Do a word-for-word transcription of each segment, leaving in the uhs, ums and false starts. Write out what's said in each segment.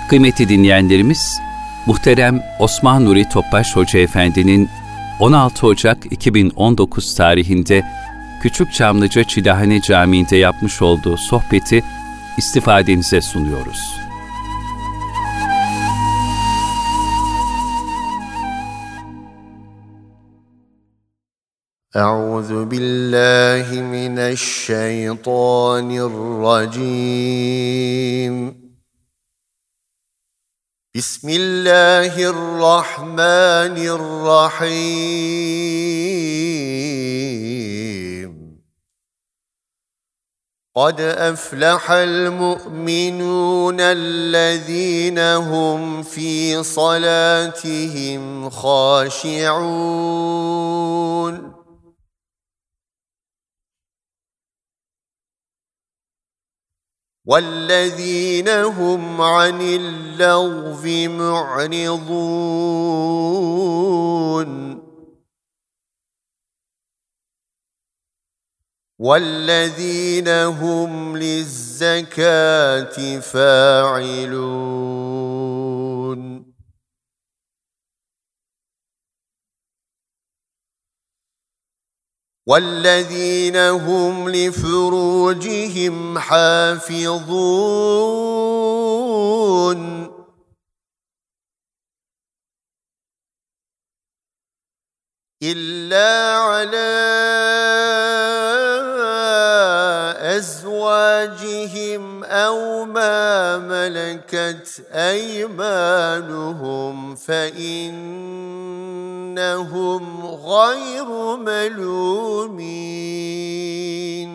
Kıymetli dinleyenlerimiz, muhterem Osman Nuri Topbaş Hoca Efendi'nin on altı Ocak iki bin on dokuz tarihinde Küçükçamlıca Çilahane Camii'nde yapmış olduğu sohbeti istifadenize sunuyoruz. Euzu billahi mineşşeytanirracim. Bismillahirrahmanirrahim. قد أفلح المؤمنون الذين هم في صلاتهم خاشعون والذين هم عن اللغو معرضون والذين هم للزكاة فاعلون والذين هم لفروجهم حافظون إلا على أزواجهم أو ما ملكت أيمانهم فإنهم غير ملومين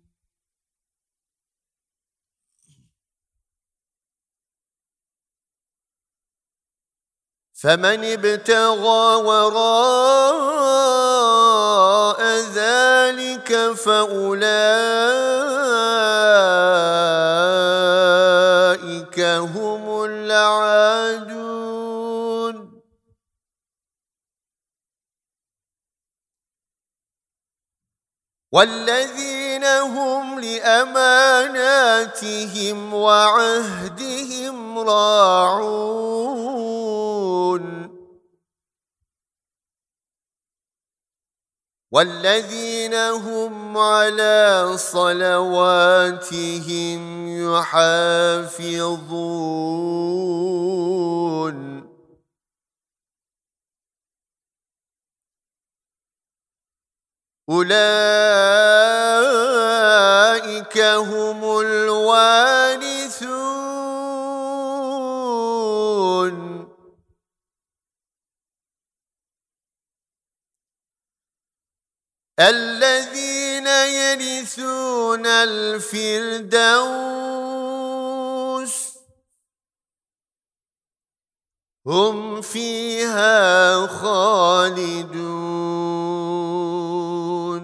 فمن ابتغى وراء ذلك فأولئك هم العادون والذين هم لأماناتهم وعهدهم راعون والذين هم على صلواتهم يحافظون أولئك هم الوارثون الذين يرثون الفردوس هم فيها خالدون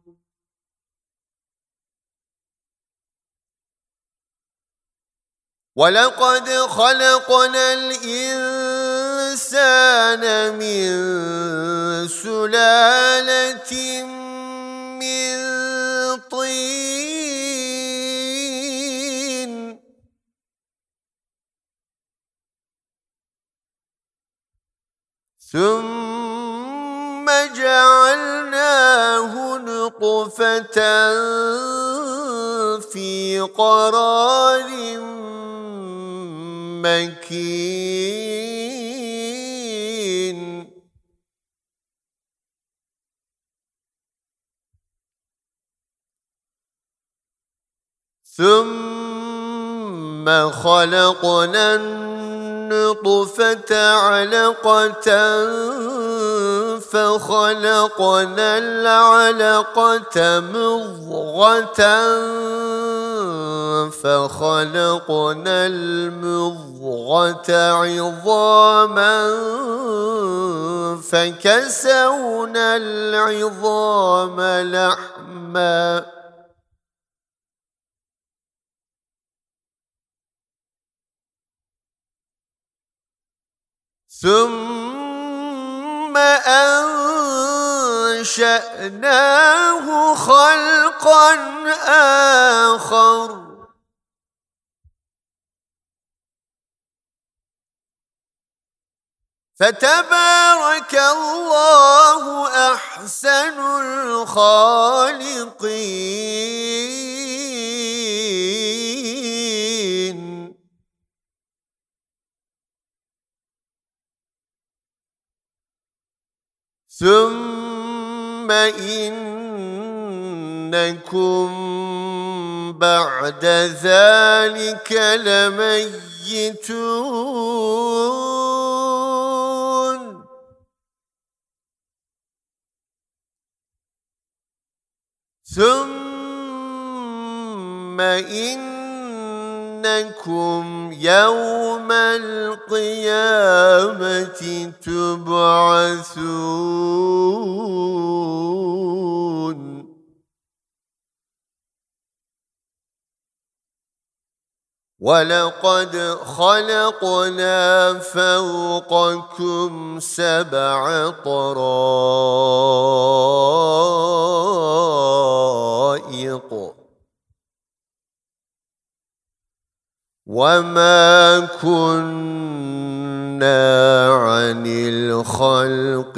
وَلَقَدْ خَلَقْنَا الْإِنسَانَ مِنْ سُلَالَةٍ مِنْ طِينٍ ثُمَّ جَعَلْنَاهُ نُطْفَةً فِي قَرَارٍ مكين ثم خلقنا النطفة علقة فخلقنا العلقة مضغة فخلقنا المضغة عظاما فكسونا العظام لحما ثم أنشأناه خلقا آخر فَتَبَارَكَ اللّٰهُ أَحْسَنُ الْخَالِقِينَ. ثُمَّ إِنَّكُمْ بَعْدَ ذَلِكَ لَمَيِّتُونَ. ثُمَّ إِنَّكُمْ يَوْمَ الْقِيَامَةِ تُبْعَثُونَ. وَلَقَدْ خَلَقْنَا فَوْقَكُمْ سَبْعَ طَرَائِقَ وَمَا كُنَّا عَنِ الْخَلْقِ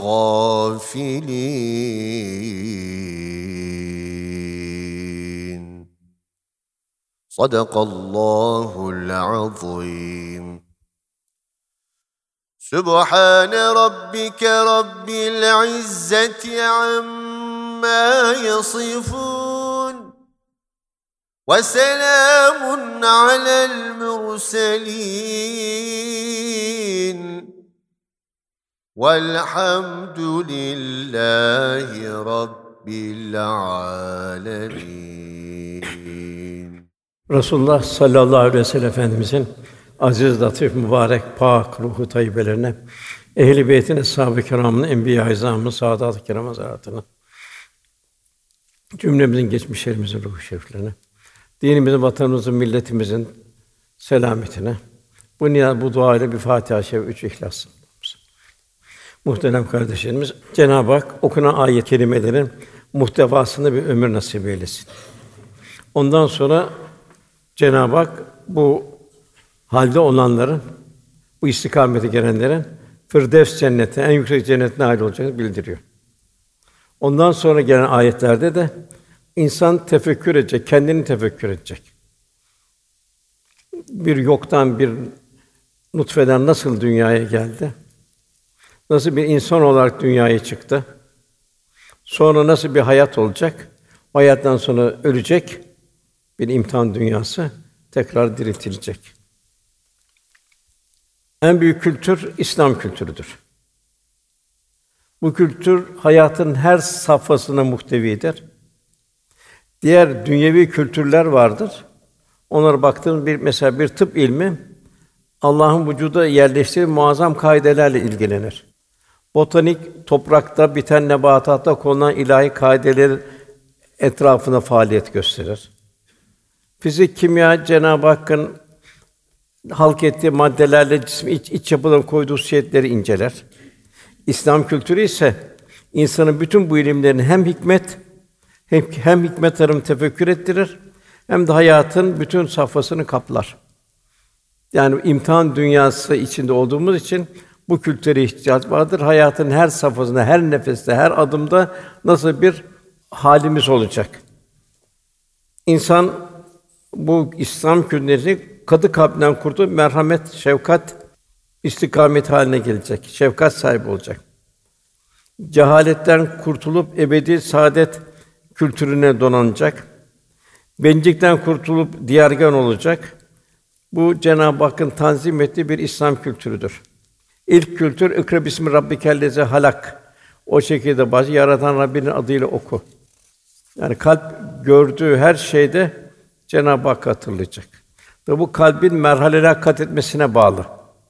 غَافِلِينَ. صدق الله العظيم. سبحان ربك رب العزة عما يصفون وسلام على المرسلين والحمد لله رب العالمين. Resulullah sallallahu aleyhi ve sellem Efendimizin aziz, latif, mübarek, pâk ruhu tayyibelerine, ehl-i beytin, eshâb-ı kirâmın, enbiya-i izâmın, saadat-ı kirâm hazretlerine, cümlemizin, geçmişlerimizin ruhu şeriflerine, dinimizin, vatanımızın, milletimizin selametine, bu niyaz, bu dua ile bir Fâtiha-i Şerif, üç İhlas. Muhterem kardeşlerimiz, Cenab-ı Hak okunan ayet-i kerimelerin muhtevasında bir ömür nasip eylesin. Ondan sonra Cenab-ı Hak bu halde olanların, bu istikamete gelenlerin Firdevs cenneti, en yüksek cennetine nail olacağını bildiriyor. Ondan sonra gelen ayetlerde de insan tefekkür edecek, kendini tefekkür edecek. Bir yoktan, bir nutfeden nasıl dünyaya geldi? Nasıl bir insan olarak dünyaya çıktı? Sonra nasıl bir hayat olacak? O hayattan sonra ölecek. Bir imtihan dünyası, tekrar diriltilecek. En büyük kültür İslam kültürüdür. Bu kültür hayatın her safhasına muhtevidir. Diğer dünyevi kültürler vardır. Onlara baktığımız bir mesela bir tıp ilmi Allah'ın vücuda yerleştirdiği muazzam kaidelerle ilgilenir. Botanik toprakta biten nebatatta konulan ilahi kaideler etrafında faaliyet gösterir. Fizik, kimya, Cenab-ı Hakk'ın halk ettiği maddelerle cismi iç, iç yapılarına koyduğu hususiyetleri inceler. İslam kültürü ise insanın bütün bu ilimlerini hem hikmet hem, hem hikmet tarafını tefekkür ettirir hem de hayatın bütün safhasını kaplar. Yani imtihan dünyası içinde olduğumuz için bu kültüre ihtiyaç vardır. Hayatın her safhasında, her nefeste, her adımda nasıl bir halimiz olacak? İnsan bu İslam kültürünü kadı kalbinden kurtulup merhamet, şefkat, istikamet haline gelecek. Şefkat sahibi olacak. Cehaletten kurtulup ebedi saadet kültürüne donanacak. Bencillikten kurtulup diyargân olacak. Bu Cenab-ı Hakk'ın tanzim ettiği bir İslam kültürüdür. İlk kültür "İkra bismi rabbikellezî halak." O şekilde baş yaratan Rabbinin adıyla oku. Yani kalp gördüğü her şeyde Cenab-ı Hakk'ı hatırlayacak. Ve bu kalbin merhaleler kat etmesine bağlı.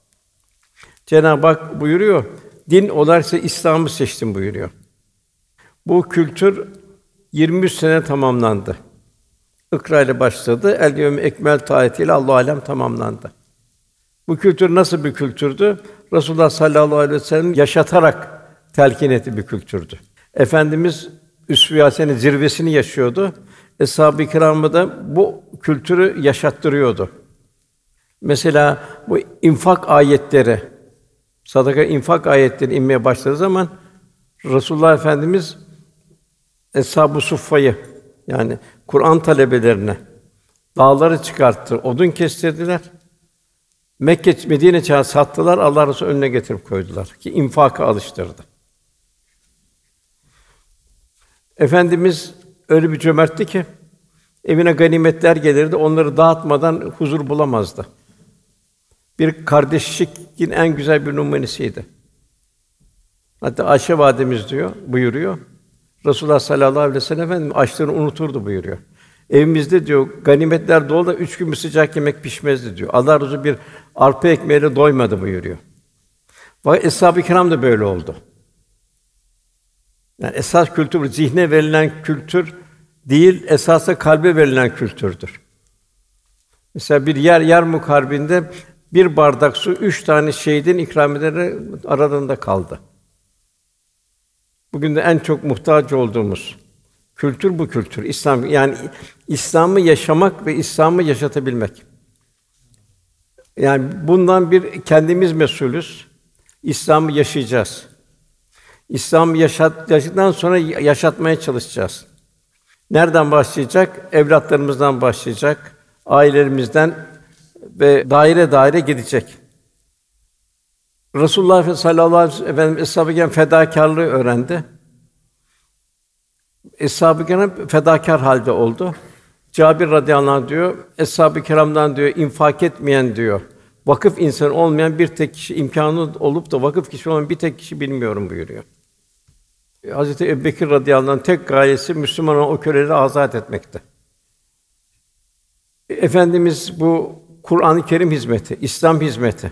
Cenab-ı Hak buyuruyor, din olarak ise İslam'ı seçtim buyuruyor. Bu kültür yirmi üç sene tamamlandı. İkra ile başladı. El yevme ekmeltu ayetiyle Allahu alem tamamlandı. Bu kültür nasıl bir kültürdü? Resulullah sallallahu aleyhi ve sellem yaşatarak telkin ettiği bir kültürdü. Efendimiz üsve-i hasene zirvesini yaşıyordu. Eshab-ı kiramı da bu kültürü yaşattırıyordu. Mesela bu infak ayetleri sadaka, infak ayetleri inmeye başladığı zaman Resulullah Efendimiz Eshab-ı Suffa'yı, yani Kur'an talebelerine dağları çıkarttı, odun kestirdiler. Mekke, Medine çağı sattılar, Allah Resulü önüne getirip koydular ki infaka alıştırdı. Efendimiz öyle bir cömertti ki evine ganimetler gelirdi, onları dağıtmadan huzur bulamazdı. Bir kardeşlikin en güzel bir numunesiydi. Hatta Ayşe validemiz diyor, buyuruyor. Resulullah sallallahu aleyhi ve sellem Efendimiz açlığını unuturdu buyuruyor. Evimizde diyor ganimetler dolu da üç gün bir sıcak yemek pişmezdi diyor. Allah Resulü bir arpa ekmeğiyle doymadı buyuruyor. Fakat Eshab-ı Kiram da böyle oldu. Yani esas kültür, zihne verilen kültür değil, esasında kalbe verilen kültürdür. Mesela bir yer Yermuk Harbi'nde bir bardak su üç tane şehidin ikram ederek aralarında kaldı. Bugün de en çok muhtaç olduğumuz kültür bu kültür. İslam, yani İslam'ı yaşamak ve İslam'ı yaşatabilmek. Yani bundan bir kendimiz mesulüz. İslam'ı yaşayacağız. İslam'ı yaşat, yaşadıktan sonra yaşatmaya çalışacağız. Nereden başlayacak? Evlatlarımızdan başlayacak, ailelerimizden ve daire daire gidecek. Resulullah sallallahu aleyhi ve sellem Eshab-ı Kiram fedakârlığı öğrendi. Eshab-ı Kiram fedakâr halde oldu. Cabir radıyallahu anh diyor, Eshab-ı Kiram'dan diyor infak etmeyen diyor, vakıf insanı olmayan bir tek kişi, imkânı olup da vakıf kişi olan bir tek kişi bilmiyorum buyuruyor. Hazreti Ebubekir radıyallahu anh tek gayesi Müslüman olan o köleleri azat etmekti. Efendimiz bu Kur'an-ı Kerim hizmeti, İslam hizmeti,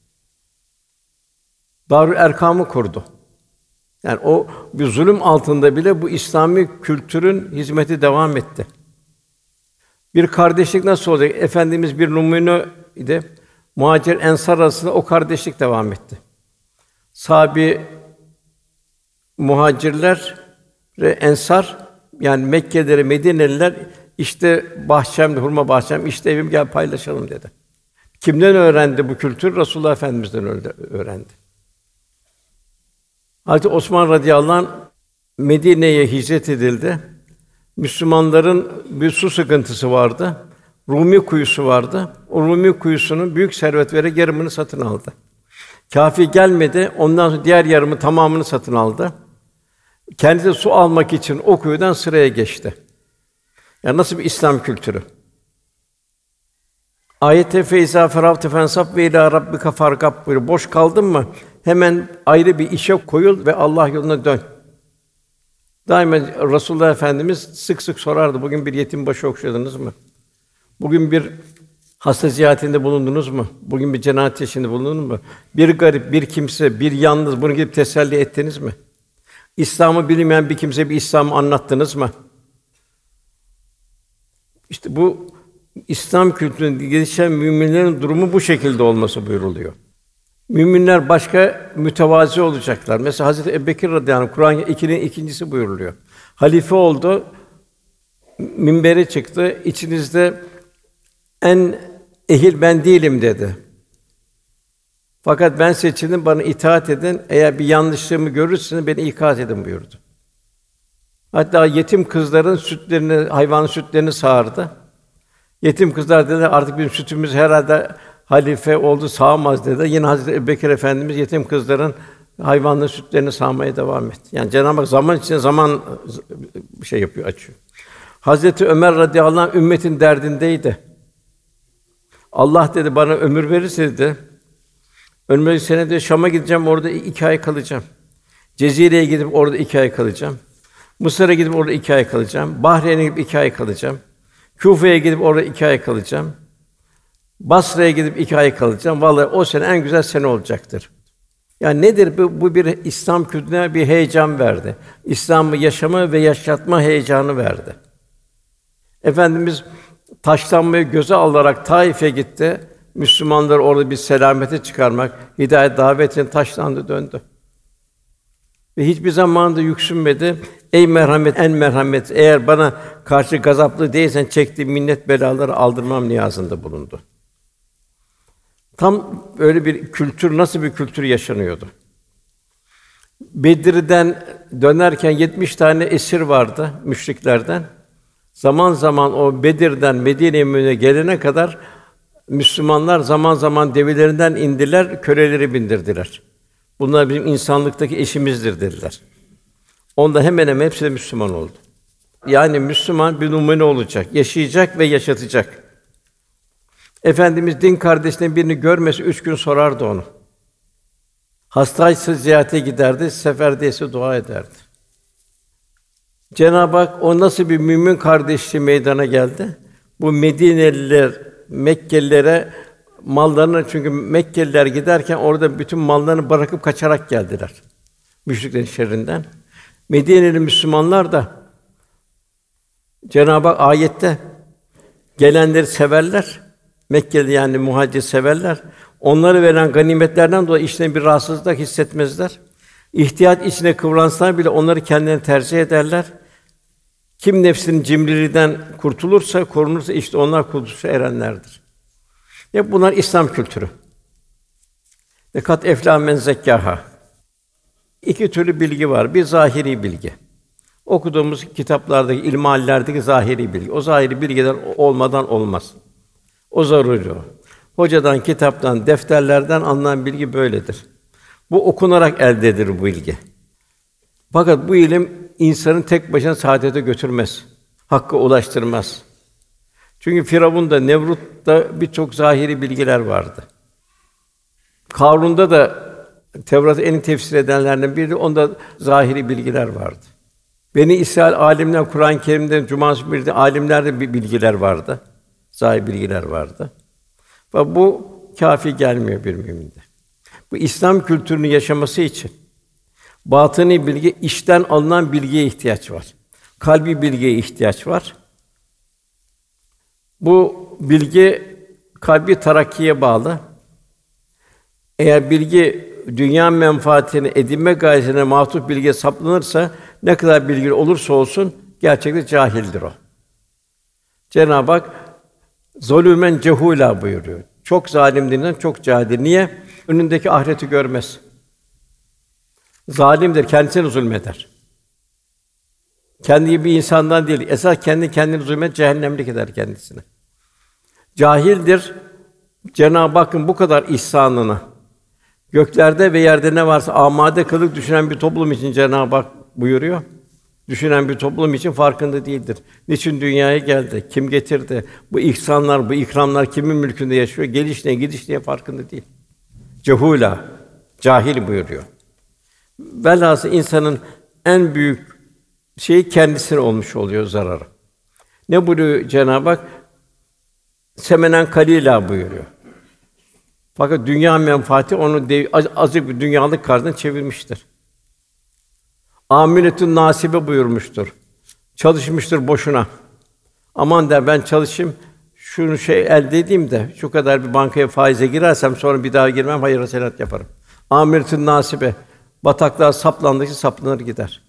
Darül Erkam'ı kurdu. Yani o bir zulüm altında bile bu İslami kültürün hizmeti devam etti. Bir kardeşlik nasıl olacak? Efendimiz bir numune idi. Muhacir Ensar arasında o kardeşlik devam etti. Sahabi muhacirler ve ensar, yani Mekkeliler, Medineliler işte bahçemde, hurma bahçem, işte evim, gel paylaşalım dedi. Kimden öğrendi bu kültür? Resulullah Efendimiz'den öğrendi. Hazreti Osman radıyallahu anh Medine'ye hicret edildi. Müslümanların bir su sıkıntısı vardı. Rumi kuyusu vardı. O Rumi kuyusunun büyük servet vererek yarımını satın aldı. Kâfi gelmedi. Ondan sonra diğer yarımı tamamını satın aldı. Kendisi su almak için o kuyudan sıraya geçti. Yani nasıl bir İslam kültürü? Ayet-i feyza feravte fensab ve ila rabbika fargab buyuruyor. Boş kaldın mı hemen ayrı bir işe koyul ve Allah yoluna dön. Daima Resulullah Efendimiz sık sık sorardı. Bugün bir yetim başı okşadınız mı? Bugün bir hasta ziyaretinde bulundunuz mu? Bugün bir cenazet işinde bulundunuz mu? Bir garip, bir kimse, bir yalnız bunu gidip teselli ettiniz mi? İslam'ı bilmeyen bir kimseye bir İslam'ı anlattınız mı? İşte bu İslam kültürünün gelişen müminlerin durumu bu şekilde olması buyuruluyor. Müminler başka mütevazi olacaklar. Mesela Hazreti Ebubekir radıyallahu anh Kur'an ikinin ikincisi buyuruluyor. Halife oldu, minbere çıktı. İçinizde en ehil ben değilim dedi. Fakat ben seçildim, bana itaat edin. Eğer bir yanlışlığımı görürseniz beni ikaz edin buyurdu. Hatta yetim kızların sütlerini, hayvanın sütlerini sağardı. Yetim kızlar dediler, artık bizim sütümüz herhalde halife oldu, sağamaz dediler. Yine Hazreti Ebubekir Efendimiz yetim kızların hayvanların sütlerini sağmaya devam etti. Yani Cenab-ı Hak zaman içinde zaman bir şey yapıyor, açıyor. Hazreti Ömer radıyallahu anh ümmetin derdindeydi. Allah dedi bana ömür verirse dedi, önümüzdeki sene de Şam'a gideceğim, orada iki ay kalacağım. Cezire'ye gidip orada iki ay kalacağım. Mısır'a gidip orada iki ay kalacağım. Bahreyn'e gidip iki ay kalacağım. Küfe'ye gidip orada iki ay kalacağım. Basra'ya gidip iki ay kalacağım. Vallahi o sene en güzel sene olacaktır. Yani nedir bu? Bu bir İslam kültürüne bir heyecan verdi. İslam'ı yaşama ve yaşatma heyecanı verdi. Efendimiz taşlanmayı göze alarak Taif'e gitti. Müslümanları orada bir selamete çıkarmak, hidayet davetine taşlandı, döndü. Ve hiçbir zaman da yüksünmedi. Ey merhamet, en merhamet, eğer bana karşı gazaplı değilsen çektiğim minnet belaları aldırmam niyazında bulundu. Tam öyle bir kültür, nasıl bir kültür yaşanıyordu? Bedir'den dönerken yetmiş tane esir vardı müşriklerden. Zaman zaman o Bedir'den Medine-i Münevvere'ye gelene kadar Müslümanlar zaman zaman develerinden indiler, köleleri bindirdiler. Bunlar bizim insanlıktaki eşimizdir dediler. Onda hemen hemen hepsi de Müslüman oldu. Yani Müslüman bir numune olacak, yaşayacak ve yaşatacak. Efendimiz din kardeşinin birini görmesi üç gün sorardı onu. Hastaysa ziyarete giderdi, seferdeyse dua ederdi. Cenab-ı Hak o nasıl bir mümin kardeşliği meydana geldi? Bu Medineliler Mekkelilere mallarını, çünkü Mekkeliler giderken orada bütün mallarını bırakıp kaçarak geldiler müşriklerin şerrinden. Medineli Müslümanlar da Cenab-ı Hak ayette gelenleri severler. Mekkeli yani muhacir severler. Onlara verilen ganimetlerden dolayı içlerinde bir rahatsızlık hissetmezler. İhtiyat içine kıvransalar bile onları kendilerine tercih ederler. Kim nefsinin cimriliğinden kurtulursa, korunursa işte onlar kurtuluşa erenlerdir. Ya bunlar İslam kültürü. Lekat eflâ men zekkâhâ. İki türlü bilgi var. Bir zahiri bilgi. Okuduğumuz kitaplardaki, ilmihallerdeki zahiri bilgi. O zahiri bilgiler olmadan olmaz. O zaruri o. Hocadan, kitaptan, defterlerden alınan bilgi böyledir. Bu okunarak elde edilir bu bilgi. Fakat bu ilim insanın tek başına saadete götürmez. Hakka ulaştırmaz. Çünkü Firavun'da, Nemrut'ta birçok zahiri bilgiler vardı. Karun'da da Tevrat'ı en iyi tefsir edenlerden biri, onda zahiri bilgiler vardı. Beni İsrail âlimler, Kur'an-ı Kerim'de Cuma's birde âlimlerde bir bilgiler vardı. Zahiri bilgiler vardı. Ve bu kâfi gelmiyor bir müminde. Bu İslam kültürünü yaşaması için batını bilgi, içten alınan bilgiye ihtiyaç var. Kalbi bilgiye ihtiyaç var. Bu bilgi kalbi terakkiye bağlı. Eğer bilgi dünya menfaatini edinme gayesine matuf bilgiye saplanırsa, ne kadar bilgili olursa olsun gerçekte cahildir o. Cenab-ı Hak "Zalûmen cehûlâ" buyuruyor. Çok zalimdinden çok cahildir. Niye? Önündeki ahireti görmez. Zalimdir, kendisine zulmeder. Kendi gibi insandan değil, esas kendi kendine zulmet, cehennemlik eder kendisini. Cahildir. Cenab-ı Hakk'ın bu kadar ihsanını, göklerde ve yerde ne varsa amade kılıp düşünen bir toplum için Cenab-ı Hak buyuruyor. Düşünen bir toplum için farkında değildir. Niçin dünyaya geldi? Kim getirdi? Bu ihsanlar, bu ikramlar kimin mülkünde yaşıyor? Geliş ne, gidiş ne farkında değil. Cehûlâ, cahil buyuruyor. Velhâsıl insanın en büyük şeyi kendisine olmuş oluyor zararı. Ne buyuruyor Cenab-ı Hak? Semenen kalîlâ buyuruyor. Fakat dünya menfaati onu dev, az, azıcık bir dünyalık karşısına çevirmiştir. Âmiletün nâsibe buyurmuştur. Çalışmıştır boşuna. Aman der, ben çalışayım, şunu şey elde edeyim de şu kadar bir bankaya faize girersem sonra bir daha girmem, hayır hasenat yaparım. Âmiletün nâsibe, bataklığa saplandıkça saplanır gider.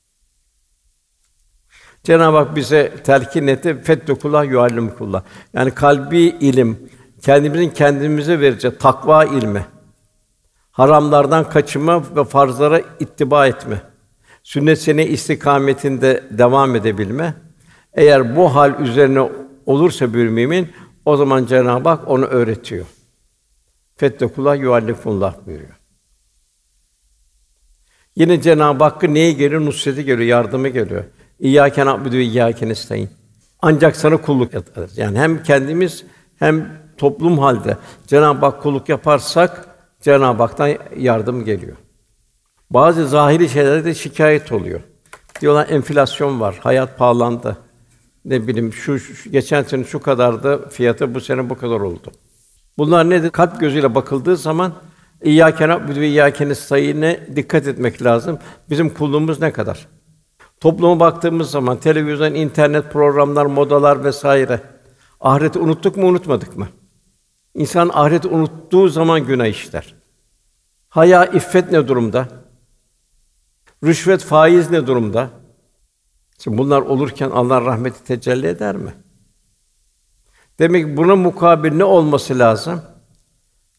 Cenab-ı Hak bize telkin etti. Fettekullah yuallimukullah. Yani kalbi ilim, kendimizin kendimize vereceği takva ilmi, haramlardan kaçınma ve farzlara ittiba etme, sünnet sene istikametinde devam edebilme. Eğer bu hal üzerine olursa bir mümin, o zaman Cenab-ı Hak onu öğretiyor. Fettekullah yuallimukullah buyuruyor. Yine Cenab-ı Hakk'ın neye geliyor? Nusreti geliyor, yardımı geliyor. İyyâke na'budu ve iyyâke nestaîn. Ancak sana kulluk yaparız. Yani hem kendimiz hem toplum halde Cenab-ı Hak kulluk yaparsak Cenab-ı Hak'tan yardım geliyor. Bazı zahiri şeylerde de şikâyet oluyor. Diyorlar enflasyon var, hayat pahalandı. Ne bileyim şu, şu geçen sene şu kadardı fiyatı, bu sene bu kadar oldu. Bunlar nedir? Kalp gözüyle bakıldığı zaman İyyâke na'budu ve iyyâke nestaîn'e dikkat etmek lazım. Bizim kulluğumuz ne kadar? Topluma baktığımız zaman televizyon, internet programlar, modalar vesaire. Ahireti unuttuk mu, unutmadık mı? İnsan ahireti unuttuğu zaman günah işler. Haya, iffet ne durumda? Rüşvet, faiz ne durumda? Şimdi bunlar olurken Allah rahmeti tecelli eder mi? Demek ki buna mukabil ne olması lazım?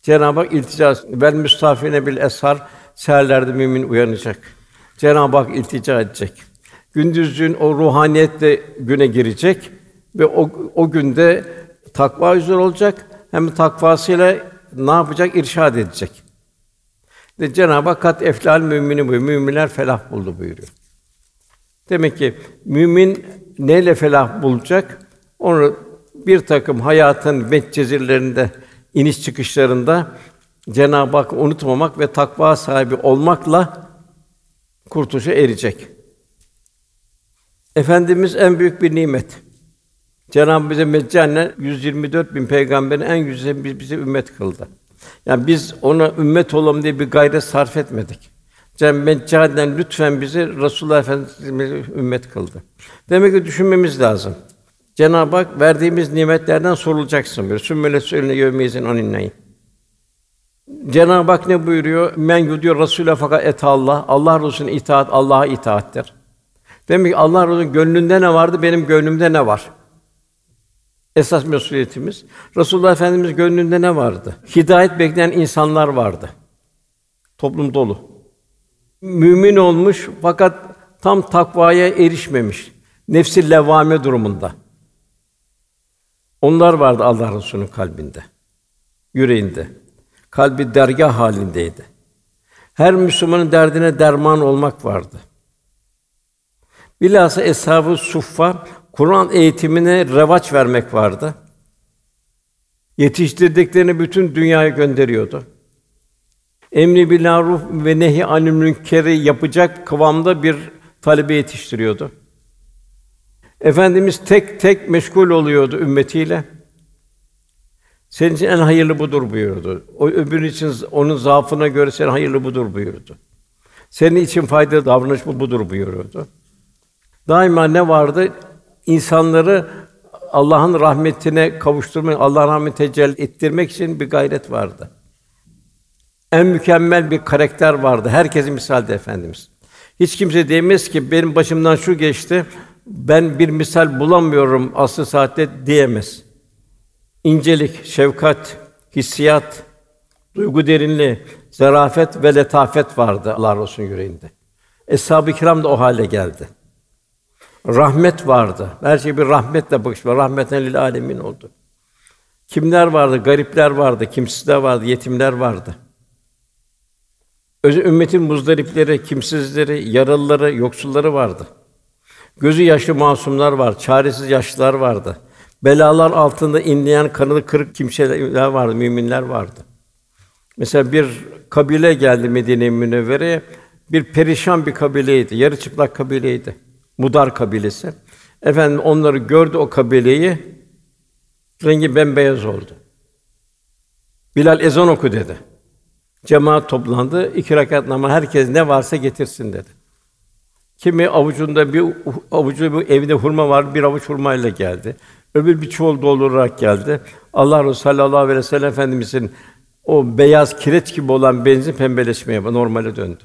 Cenab-ı Hak iltica vel müstafine bil eshar, seherlerde mümin uyanacak. Cenab-ı Hak iltica edecek. Gündüzün o ruhaniyetle güne girecek ve o o günde takva üzere olacak. Hem takvasıyla ne yapacak? İrşad edecek. Ve Cenab-ı Hak kat eflal mümini buyuruyor. Müminler felah buldu buyuruyor. Demek ki mümin neyle felah bulacak? Onu bir takım hayatın metcezirlerinde, iniş çıkışlarında Cenab-ı Hakk'ı unutmamak ve takva sahibi olmakla kurtuluşa erecek. Efendimiz en büyük bir nimet. Cenab-ı bize meccanen yüz yirmi dört bin peygamberin en güzeli bize ümmet kıldı. Yani biz ona ümmet olalım diye bir gayret sarf etmedik. Cenab-ı meccanen lütfen bizi Resulullah Efendimiz'e ümmet kıldı. Demek ki düşünmemiz lazım. Cenab-ı Hak verdiğimiz nimetlerden sorulacaksın diyor. Sümmele söyle yevmeyizin aninneyn. Cenab-ı Hak ne buyuruyor? Men yudiyor Rasûle fakat et Allah. Allah Resulüne itaat Allah'a itaattir. Demek ki Allah Resulü'nün gönlünde ne vardı? Benim gönlümde ne var? Esas mesuliyetimiz. Resulullah Efendimiz gönlünde ne vardı? Hidayet bekleyen insanlar vardı. Toplum dolu. Mümin olmuş fakat tam takvaya erişmemiş. Nefs-i levvâme durumunda. Onlar vardı Allah Resulü'nün kalbinde, yüreğinde. Kalbi dergâh halindeydi. Her Müslümanın derdine derman olmak vardı. Bilhassa eshab-ı suffa Kur'an eğitimine revaç vermek vardı. Yetiştirdiklerini bütün dünyaya gönderiyordu. Emri bil ma'ruf ve nehy anil münkeri yapacak kıvamda bir talebe yetiştiriyordu. Efendimiz tek tek meşgul oluyordu ümmetiyle. Senin için en hayırlı budur buyurdu. O öbürü için onun zaafına göre sen hayırlı budur buyurdu. Senin için faydalı davranış bu budur buyuruyordu. Daima ne vardı? İnsanları Allah'ın rahmetine kavuşturmak, Allah'ın rahmetine tecelli ettirmek için bir gayret vardı. En mükemmel bir karakter vardı. Herkesin misaldi Efendimiz. Hiç kimse diyemez ki benim başımdan şu geçti, ben bir misal bulamıyorum asr-ı saatte diyemez. İncelik, şefkat, hissiyat, duygu derinliği, zarafet ve letafet vardı Allah Resulü'nün yüreğinde. Eshab-ı kiram da o hale geldi. Rahmet vardı. Her şey bir rahmetle bakışma. Rahmeten lil âlemin oldu. Kimler vardı? Garipler vardı, kimsizler vardı, yetimler vardı. Öz ümmetin muzdaripleri, kimsizleri, yaralıları, yoksulları vardı. Gözü yaşlı masumlar var, çaresiz yaşlılar vardı. Belalar altında inleyen, kanı kırık kimseler vardı, müminler vardı. Mesela bir kabile geldi Medine-i Münevvere'ye, bir perişan bir kabileydi, yarı çıplak kabileydi. Mudar kabilesi. Efendim onları gördü o kabileyi, rengi bembeyaz oldu. Bilal ezan oku dedi. Cemaat toplandı, iki rekat namaz, herkes ne varsa getirsin dedi. Kimi avucunda bir avucu bir evde hurma var, bir avuç hurmayla geldi. Öbür bir çuval doldurarak geldi. Allah Resulü sallallahu aleyhi ve sellem Efendimizin o beyaz kireç gibi olan benzin pembeleşmeye, normale döndü.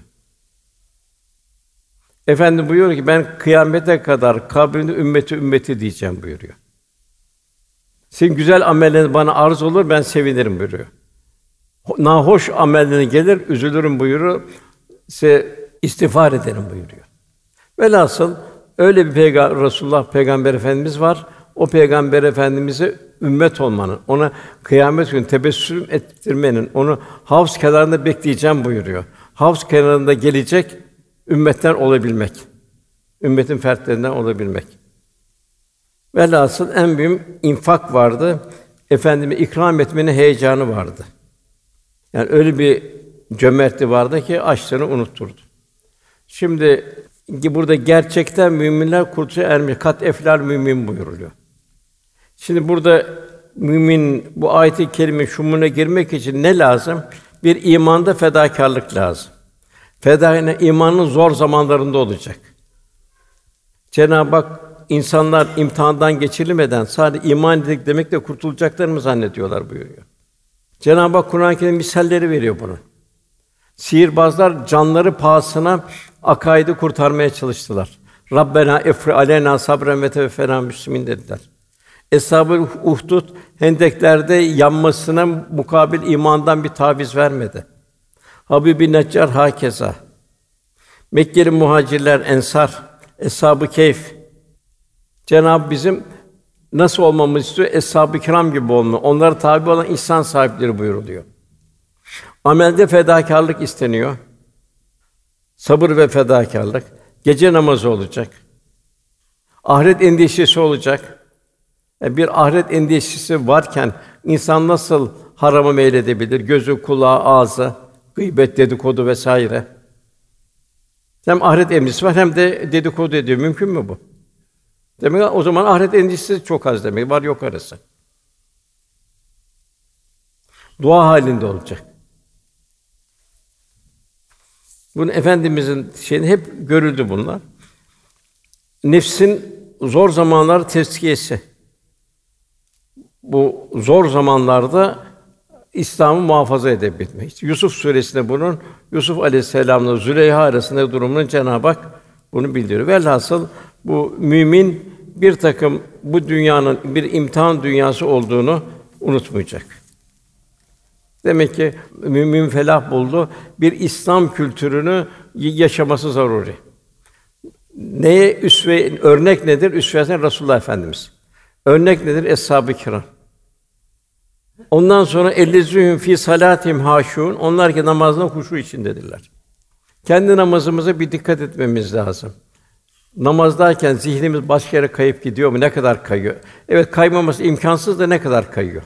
Efendim buyuruyor ki ben kıyamete kadar kabrimde ümmeti ümmeti diyeceğim buyuruyor. Senin güzel amellerin bana arz olur, ben sevinirim buyuruyor. Nahoş amellerin gelir, üzülürüm buyuruyor. Size istiğfar ederim buyuruyor. Velhasıl öyle bir peygamber Resulullah Peygamber Efendimiz var. O Peygamber Efendimize ümmet olmanın, ona kıyamet günü tebessüm ettirmenin, onu havz kenarında bekleyeceğim buyuruyor. Havz kenarında gelecek ümmetten olabilmek. Ümmetin fertlerinden olabilmek. Velhasıl en büyük infak vardı. Efendime ikram etmenin heyecanı vardı. Yani öyle bir cömertliği vardı ki açlığını unutturdu. Şimdi burada gerçekten müminler kurtuluşa ermiş. Kat eflal mümin buyuruluyor. Şimdi burada mümin bu ayet-i kerime şumuna girmek için ne lazım? Bir imanda fedakârlık lazım. Fedâine imanın zor zamanlarında olacak. Cenab-ı Hak insanlar imtihandan geçirilmeden sadece iman ettik demekle kurtulacaklarını mı zannediyorlar buyuruyor. Cenab-ı Hak Kur'an-ı Kerim misalleri veriyor bunu. Sihirbazlar canları pahasına akaidi kurtarmaya çalıştılar. Rabbena efri aleyna sabren ve teveffena müslimin dediler. Eshab-ı Uhdud hendeklerde yanmasına mukabil imandan bir taviz vermedi. Habib-i Neccar hakeza. Mekkeli muhacirler, ensar, Eshab-ı Keyf. Cenab-ı bizim nasıl olmamızı istiyor? Eshab-ı Kiram gibi olma. Onlara tabi olan ihsan sahipleri buyuruluyor. Amelde fedakârlık isteniyor. Sabır ve fedakârlık. Gece namazı olacak. Ahiret endişesi olacak. Yani bir ahiret endişesi varken insan nasıl harama meyledebilir? Gözü, kulağı, ağzı, gıybet, dedikodu vesaire. Hem ahiret endişesi var hem de dedikodu ediyor. Mümkün mü bu? Demek o zaman ahiret endişesi çok az demek. Var yok arası. Dua halinde olacak. Bunu Efendimizin şeyini hep görüldü bunlar. Nefsin zor zamanlar tezkiyesi. Bu zor zamanlarda İslam'ı muhafaza edebilmek. Yusuf suresinde bunun Yusuf aleyhisselam'la Züleyha arasında durumunun Cenab-ı Hak bunu bildiriyor. Velhasıl bu mümin bir takım bu dünyanın bir imtihan dünyası olduğunu unutmayacak. Demek ki mümin felah buldu. Bir İslam kültürünü yaşaması zaruri. Neye üsve örnek nedir? Üsve-i Resulullah Efendimiz. Örnek nedir? Eshab-ı Kiram. Ondan sonra ellezîhum fî salâtihim hâşûn. Onlar ki namazda huşu içindedirler. Kendi namazımıza bir dikkat etmemiz lazım. Namazdayken zihnimiz başka yere kayıp gidiyor mu? Ne kadar kayıyor? Evet, kaymaması imkansız da ne kadar kayıyor?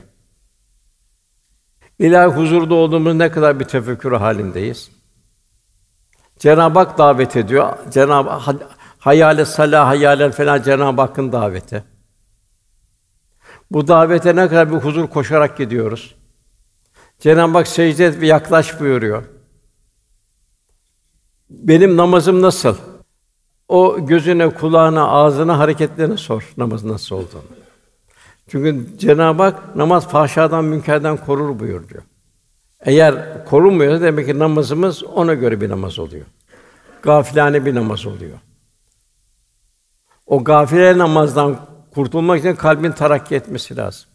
İlahi huzurda olduğumuz ne kadar bir tefekkür halindeyiz? Cenab-ı Hak davet ediyor. Cenab-ı Hak hayale salah hayalen falan Cenab-ı Hakk'ın daveti. Bu davete ne kadar bir huzur koşarak gidiyoruz. Cenab-ı Hak secde et ve yaklaş buyuruyor. Benim namazım nasıl? O gözüne, kulağına, ağzına, hareketlerine sor namazın nasıl olduğunu. Çünkü Cenab-ı Hak namaz fahşadan, münkerden korur buyuruyor. Eğer korunmuyorsa demek ki namazımız ona göre bir namaz oluyor. Gafilane bir namaz oluyor. O gafile namazdan kurtulmak için kalbin terakki etmesi lazım.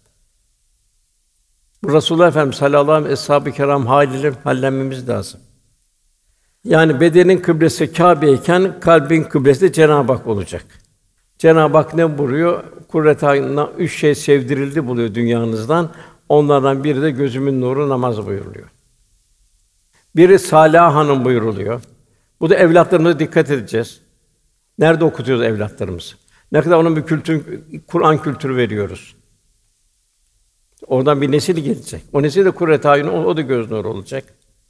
Bu Resulullah Efendimiz sallallahu aleyhi ve sellem eshab-ı kiram haliyle hallenmemiz lazım. Yani bedenin kıblesi Kâbe'yken kalbin kıblesi de Cenab-ı Hak olacak. Cenab-ı Hak ne buyuruyor? Kurret ayınına üç şey sevdirildi buluyor dünyanızdan. Onlardan biri de gözümün nuru namaz buyuruluyor. Biri Sâlih Hanım buyuruluyor. Bu da evlatlarımıza dikkat edeceğiz. Nerede okutuyoruz evlatlarımızı? Ne kadar onun bir kültür, Kur'an kültürü veriyoruz. Oradan bir nesil gelecek. O nesil de Kurret ayını, o, o da göz nuru olacak.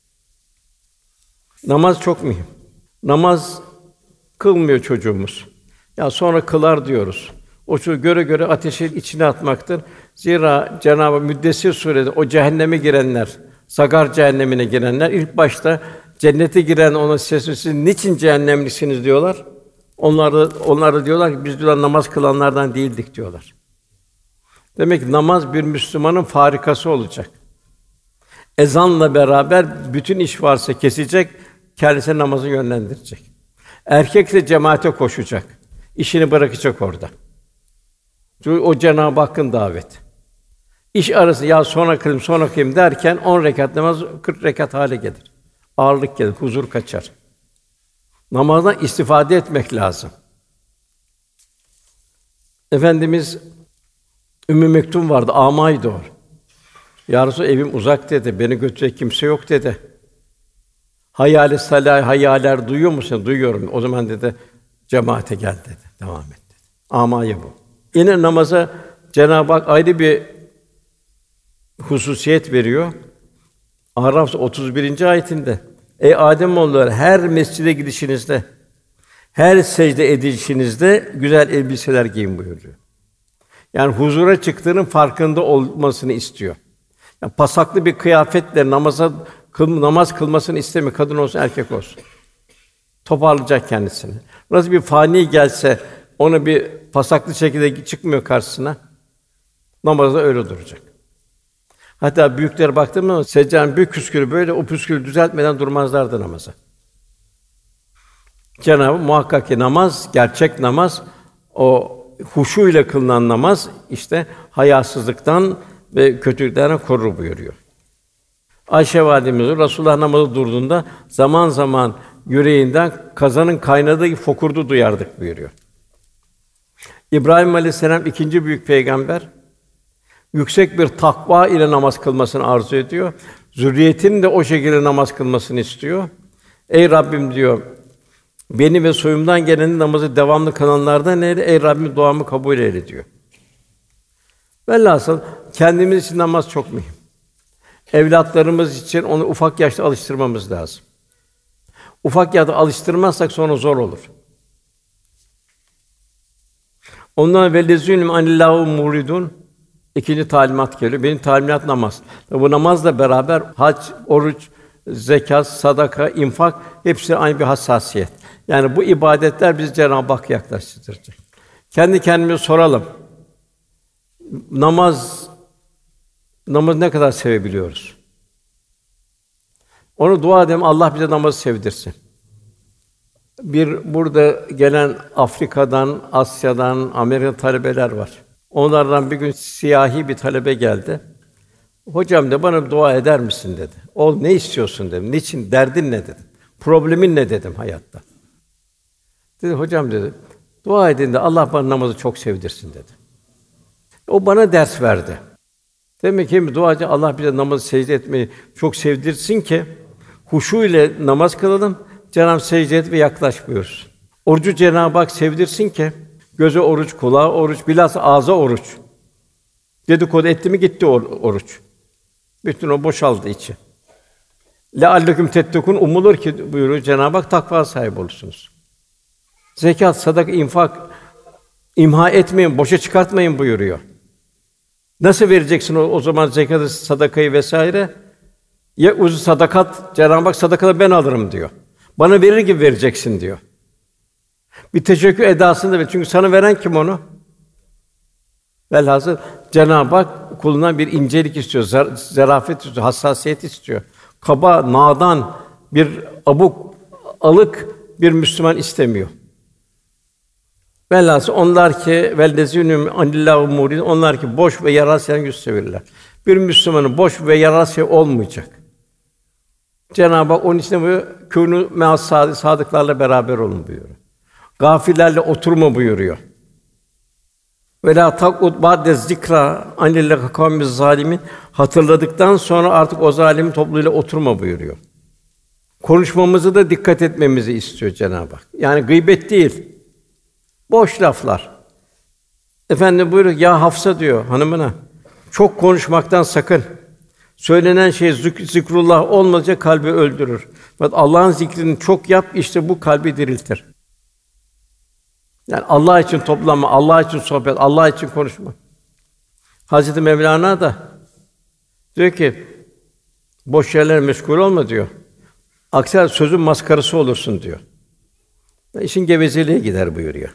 Namaz çok mühim. Namaz kılmıyor çocuğumuz. Ya sonra kılar diyoruz. O çocuğu göre göre ateşin içine atmaktır. Zira Cenab-ı Müddessir surede o cehenneme girenler, Sagar cehennemine girenler ilk başta cennete giren ona sesli siz niçin cehennemlisiniz diyorlar. Onlar da onlar da diyorlar ki biz diyorlar namaz kılanlardan değildik diyorlar. Demek ki namaz bir Müslümanın farikası olacak. Ezanla beraber bütün iş varsa kesecek, kendisine namazı yönlendirecek. Erkek de cemaate koşacak. İşini bırakacak orada. Çünkü o Cenab-ı Hakk'ın daveti. İş arası ya sonra kılayım, sonra kılayım derken on rekat namaz kırk rekat hale gelir. Ağırlık gelir, huzur kaçar. Namazdan istifade etmek lazım. Efendimiz Ümmü Mektum vardı, âmaydı o. Ya Resulallah, evim uzak dedi, beni götürecek kimse yok dedi. Hayal-i salâh, hayaller duyuyor musun? Duyuyorum. O zaman dedi, cemaate gel dedi, devam et dedi. Âmâye bu. Yine namaza Cenab-ı Hak ayrı bir hususiyet veriyor. Araf otuz birinci ayetinde ey Âdemoğulları her mescide gidişinizde, her secde edişinizde güzel elbiseler giyin buyuruyor. Yani huzura çıktığının farkında olmasını istiyor. Yani pasaklı bir kıyafetle namaza kıl, namaz kılmasını istemiyor. Kadın olsun, erkek olsun. Toparlayacak kendisini. Nasıl bir fani gelse ona bir pasaklı şekilde çıkmıyor karşısına. Namazda öyle duracak. Hatta büyüklere baktığımız zaman seccadenin büyük püskülü böyle o püskülü düzeltmeden durmazlardı namaza. Cenab-ı muhakkak ki namaz, gerçek namaz o huşu ile kılınan namaz işte hayasızlıktan ve kötülüklerden korur buyuruyor. Ayşe validemiz Resulullah namazı durduğunda zaman zaman yüreğinden kazanın kaynadığı gibi fokurdu duyardık buyuruyor. İbrahim Aleyhisselam ikinci büyük peygamber yüksek bir takva ile namaz kılmasını arzu ediyor. Zürriyetinin de o şekilde namaz kılmasını istiyor. Ey Rabbim diyor, beni ve soyumdan gelen namazı devamlı kılanlardan eyle, ey Rabbim duamı kabul eyle diyor. Velhasıl kendimiz için namaz çok mühim. Evlatlarımız için onu ufak yaşta alıştırmamız lazım. Ufak yaşta alıştırmazsak sonra zor olur. Ondan vellezînhum anillâhu muridun ikinci talimat geliyor. Benim talimat namaz. Bu namazla beraber hac, oruç, zekat, sadaka, infak hepsi aynı bir hassasiyet. Yani bu ibadetler bizi Cenab-ı Hakk'a yaklaştıracak. Kendi kendimize soralım. Namaz namaz ne kadar sevebiliyoruz? Onu dua edelim, Allah bize namazı sevdirsin. Bir burada gelen Afrika'dan, Asya'dan, Amerika talebeler var. Onlardan bir gün siyahi bir talebe geldi. Hocam de bana dua eder misin dedi. Ol ne istiyorsun dedim. Niçin? Derdin ne dedim. Problemin ne dedim hayatta. Dedi hocam dedi. Dua edin de Allah bana namazı çok sevdirsin dedi. O bana ders verdi. Demek ki duacı Allah bize namazı secde etmeyi çok sevdirsin ki huşu ile namaz kılalım. Cenab-ı secde et ve yaklaş buyursun. Orucu Cenab-ı Hak sevdirsin ki göze oruç, kulağa oruç, bilhassa ağza oruç. Dedikodu etti mi gitti or- oruç. Bütün o boşaldı içi. Lealleküm tettekûn umulur ki buyuruyor Cenab-ı Hak takva sahibi olursunuz. Zekat, sadaka, infak imha etmeyin, boşa çıkartmayın buyuruyor. Nasıl vereceksin o, o zaman zekatı, sadakayı vesaire? Ya uz sadakat Cenab-ı Hak sadakaları ben alırım diyor. Bana verir gibi vereceksin diyor. Bir teşekkür edasını da ver. Çünkü sana veren kim onu? Velhasıl Cenab-ı Hak kulundan bir incelik istiyor, zar- zarafet istiyor, hassasiyet istiyor. Kaba, nadan, bir abuk, alık bir Müslüman istemiyor. Velhasıl onlar ki vellezînhum anillâhu murid, onlar ki boş ve yararsız yüz çevirirler. Bir Müslümanın boş ve yararsız olmayacak. Cenab-ı Hak onun için bu kûnû me'as sadıklarla beraber olun buyuruyor. Gafillerle oturma buyuruyor. Ve la tak'ud ba'de zikra anil kavmiz zalimin, hatırladıktan sonra artık o zalimin topluluğuyla oturma buyuruyor. Konuşmamızı da dikkat etmemizi istiyor Cenab-ı Hak. Yani gıybet değil. Boş laflar. Efendim buyuruyor ya Hafsa diyor hanımına. Çok konuşmaktan sakın. Söylenen şey zik- zikrullah olmayınca kalbi öldürür. Fakat Allah'ın zikrini çok yap, işte bu kalbi diriltir. Yani Allah için toplanma, Allah için sohbet, Allah için konuşma. Hazreti Mevlana da diyor ki boş yerlere meşgul olma diyor. Aksi halde sözün maskarası olursun diyor. İşin gevezeliğe gider buyuruyor.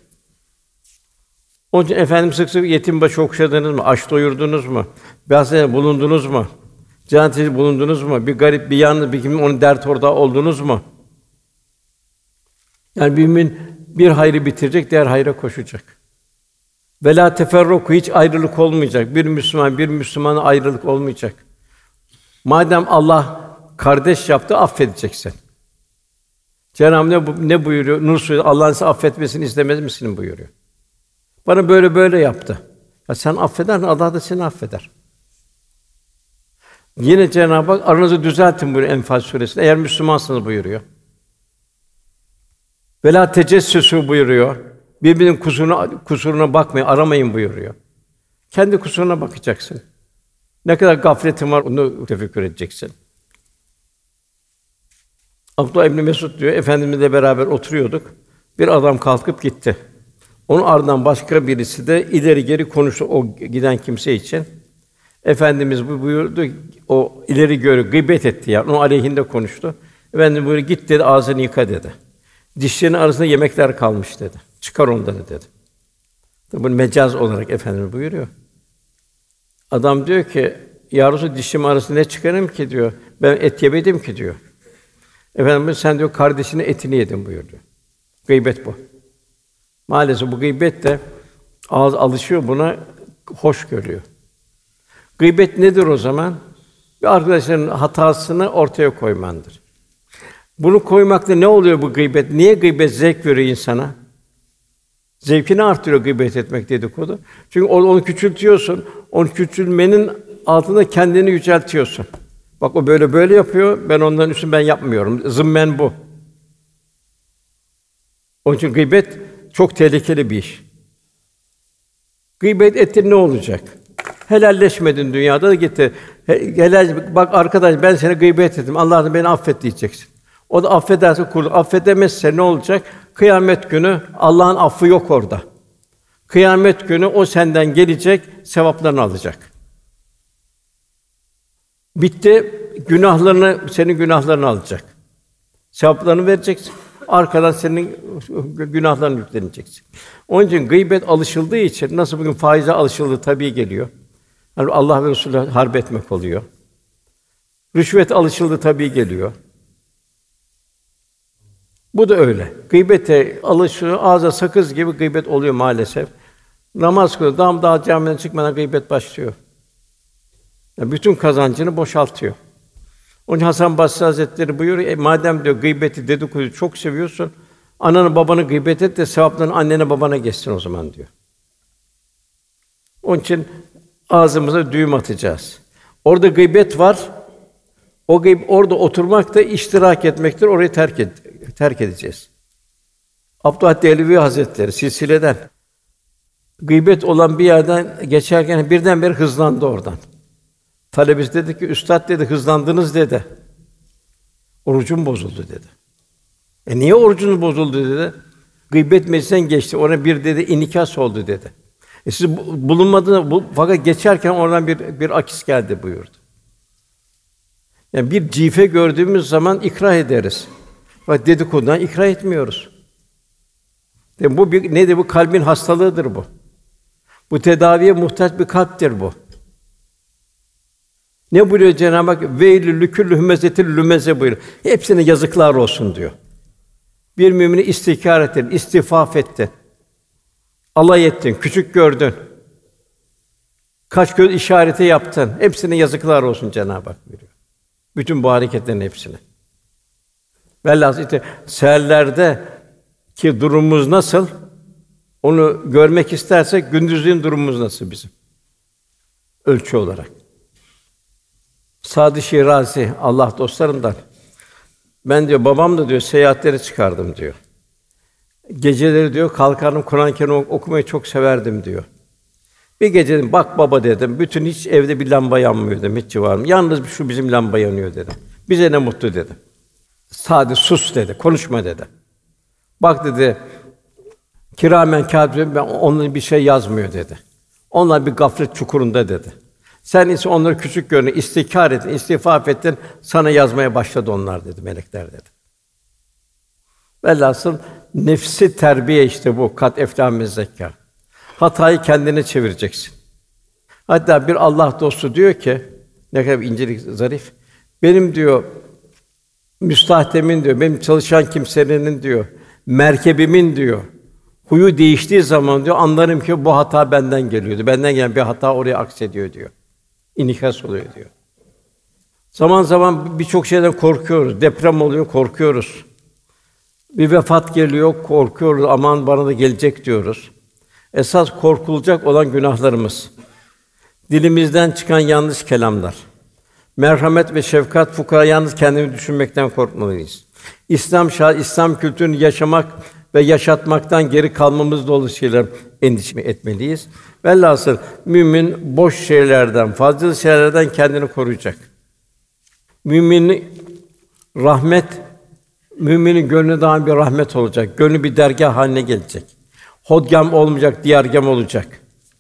Onun için Efendimiz sık sık yetim başı okşadınız mı? Aç doyurdunuz mu? Bahsede bulundunuz mu? Cennette bulundunuz mu? Bir garip, bir yalnız, bir kimin onun dert ortağı oldunuz mu? Yani bir mümin bir hayrı bitirecek, diğer hayra koşacak. Vela teferruku, hiç ayrılık olmayacak. Bir Müslüman, bir Müslümana ayrılık olmayacak. Madem Allah kardeş yaptı, affedeceksin. Cenab-ı Hak ne, ne buyuruyor? Nur Suresi, Allah'ın sizi affetmesini istemez misin buyuruyor. Bana böyle böyle yaptı. Ya sen affeder, Allah da seni affeder. Yine Cenab-ı Hak aranızı düzeltin buyuruyor Enfal Suresi'nde. Eğer Müslümansınız buyuruyor. Vela tecessüsü buyuruyor. Birbirinin kusuruna kusuruna bakmayın, aramayın buyuruyor. Kendi kusuruna bakacaksın. Ne kadar gafletin var onu tefekkür edeceksin. Abdullah İbn Mesud diyor, Efendimizle beraber oturuyorduk. Bir adam kalkıp gitti. Onun ardından başka birisi de ileri geri konuştu o giden kimse için. Efendimiz bu buyurdu, o ileri geri gıybet etti yani, onun aleyhinde konuştu. Efendimiz buyurdu, git dedi, ağzını yıka dedi. Dişlerinin arasında yemekler kalmış dedi. Çıkar onları dedi. Bunu mecaz olarak Efendimiz buyuruyor. Adam diyor ki, ya Resulallah, dişim arasında ne çıkarayım ki diyor. Ben et yemedim ki diyor. Efendimiz sen diyor kardeşinin etini yedin buyurdu. Gıybet bu. Maalesef bu gıybet de Ağız alışıyor buna, hoş görüyor. Gıybet nedir o zaman? Bir arkadaşının hatasını ortaya koymandır. Bunu koymakta ne oluyor bu gıybet? Niye gıybet zevk veriyor insana? Zevkini artırıyor gıybet etmek dedikodu. Çünkü onu küçültüyorsun. Onu küçülmenin altında kendini yüceltiyorsun. Bak o böyle böyle yapıyor. Ben ondan üstün ben yapmıyorum. Zımmen bu. Onun için gıybet çok tehlikeli bir iş. Gıybet ettin ne olacak? Helalleşmedin dünyada da gitti. Helal, bak arkadaş ben seni gıybet ettim. Allah da beni affet diyeceksin. O da affederse kurtul. Affedemezse ne olacak? Kıyamet günü Allah'ın affı yok orada. Kıyamet günü o senden gelecek, sevaplarını alacak. Bitti, günahlarını, senin günahlarını alacak. Sevaplarını vereceksin. Arkadan senin günahlarını yükleneceksin. Onun için gıybet alışıldığı için nasıl bugün faize alışıldı tabii geliyor. Yani Allah ve Resulü harp etmek oluyor. Rüşvet alışıldı tabii geliyor. Bu da öyle. Gıybete alışıyor, ağza sakız gibi gıybet oluyor maalesef. Namaz kılıyor, dam daha camiden çıkmadan gıybet başlıyor. Yani bütün kazancını boşaltıyor. Onun için Hasan Basri Hazretleri buyuruyor, e, madem diyor gıybeti, dedikoduyu çok seviyorsun, ananı babanı gıybet et de sevapların annene babana geçsin o zaman diyor. Onun için ağzımıza düğüm atacağız. Orada gıybet var. O gıybet orada oturmak da iştirak etmektir. Orayı terk et, terk edeceğiz. Abdülhak Dehlevi Hazretleri silsileden gıybet olan bir yerden geçerken birdenbire hızlandı oradan. Talebesi dedi ki, üstad dedi, hızlandınız dedi. Orucum bozuldu dedi. E niye orucunuz bozuldu dedi. Gıybet meclisinden geçti. Ona bir dedi inikas oldu dedi. E siz bulunmadınız bu, fakat geçerken oradan bir bir akis geldi buyurdu. Yani bir cife gördüğümüz zaman ikrah ederiz. Fakat dedikodudan ikrah etmiyoruz. Yani bu bir nedir bu kalbin hastalığıdır bu. Bu tedaviye muhtaç bir kalptir bu. Ne buyuruyor Cenab-ı Hak? Veylül lüküllü hümezetil lümeze buyuruyor. Hepsine yazıklar olsun diyor. Bir mümini istihkar ettin, istifaf ettin. Alay ettin, küçük gördün. Kaş göz işareti yaptın. Hepsine yazıklar olsun Cenab-ı Hak buyuruyor. Bütün bu hareketlerin hepsine. Velhâsıl işte seherlerde ki durumumuz nasıl? Onu görmek istersek gündüzün durumumuz nasıl bizim? Ölçü olarak. Sâd-ı Şirazi Allah dostlarından ben diyor babam da diyor seyahatlere çıkardım diyor. Geceleri diyor kalkardım Kur'an-ı Kerim okumayı çok severdim diyor. Bir gece dedim bak baba dedim bütün hiç evde bir lamba yanmıyor dedim hiç civarım. Yalnız şu bizim lamba yanıyor dedim. Bize ne mutlu dedim. Sadece sus dedi. Konuşma dedi. Bak dedi kiramen kâtibin ben onların bir şey yazmıyor dedi. Onlar bir gaflet çukurunda dedi. Sen ise onları küçük görün, istikâr ettin, istifaf ettin, sana yazmaya başladı onlar dedi, melekler dedi. Velhasıl nefsi terbiye işte bu, kat eflâh min zekkâ. Hatayı kendine çevireceksin. Hatta bir Allah dostu diyor ki, ne kadar incelik zarif, benim diyor, müstahdemin diyor, benim çalışan kimsenin diyor, merkebimin diyor, huyu değiştiği zaman diyor, anlarım ki bu hata benden geliyordu. Benden gelen bir hata oraya aksediyor diyor. İnikas oluyor diyor. Zaman zaman birçok şeyden korkuyoruz. Deprem oluyor, korkuyoruz. Bir vefat geliyor, korkuyoruz. Aman bana da gelecek diyoruz. Esas korkulacak olan günahlarımız. Dilimizden çıkan yanlış kelamlar. Merhamet ve şefkat fukara yalnız kendini düşünmekten korkmalıyız. İslam şah İslam kültürünü yaşamak ve yaşatmaktan geri kalmamız dolayısıyla endişe etmeliyiz. Velhasıl mümin boş şeylerden, fazla şeylerden kendini koruyacak. Mümin rahmet müminin gönlü daha bir rahmet olacak. Gönlü bir dergâh haline gelecek. Hodgam olmayacak, diyargâm olacak.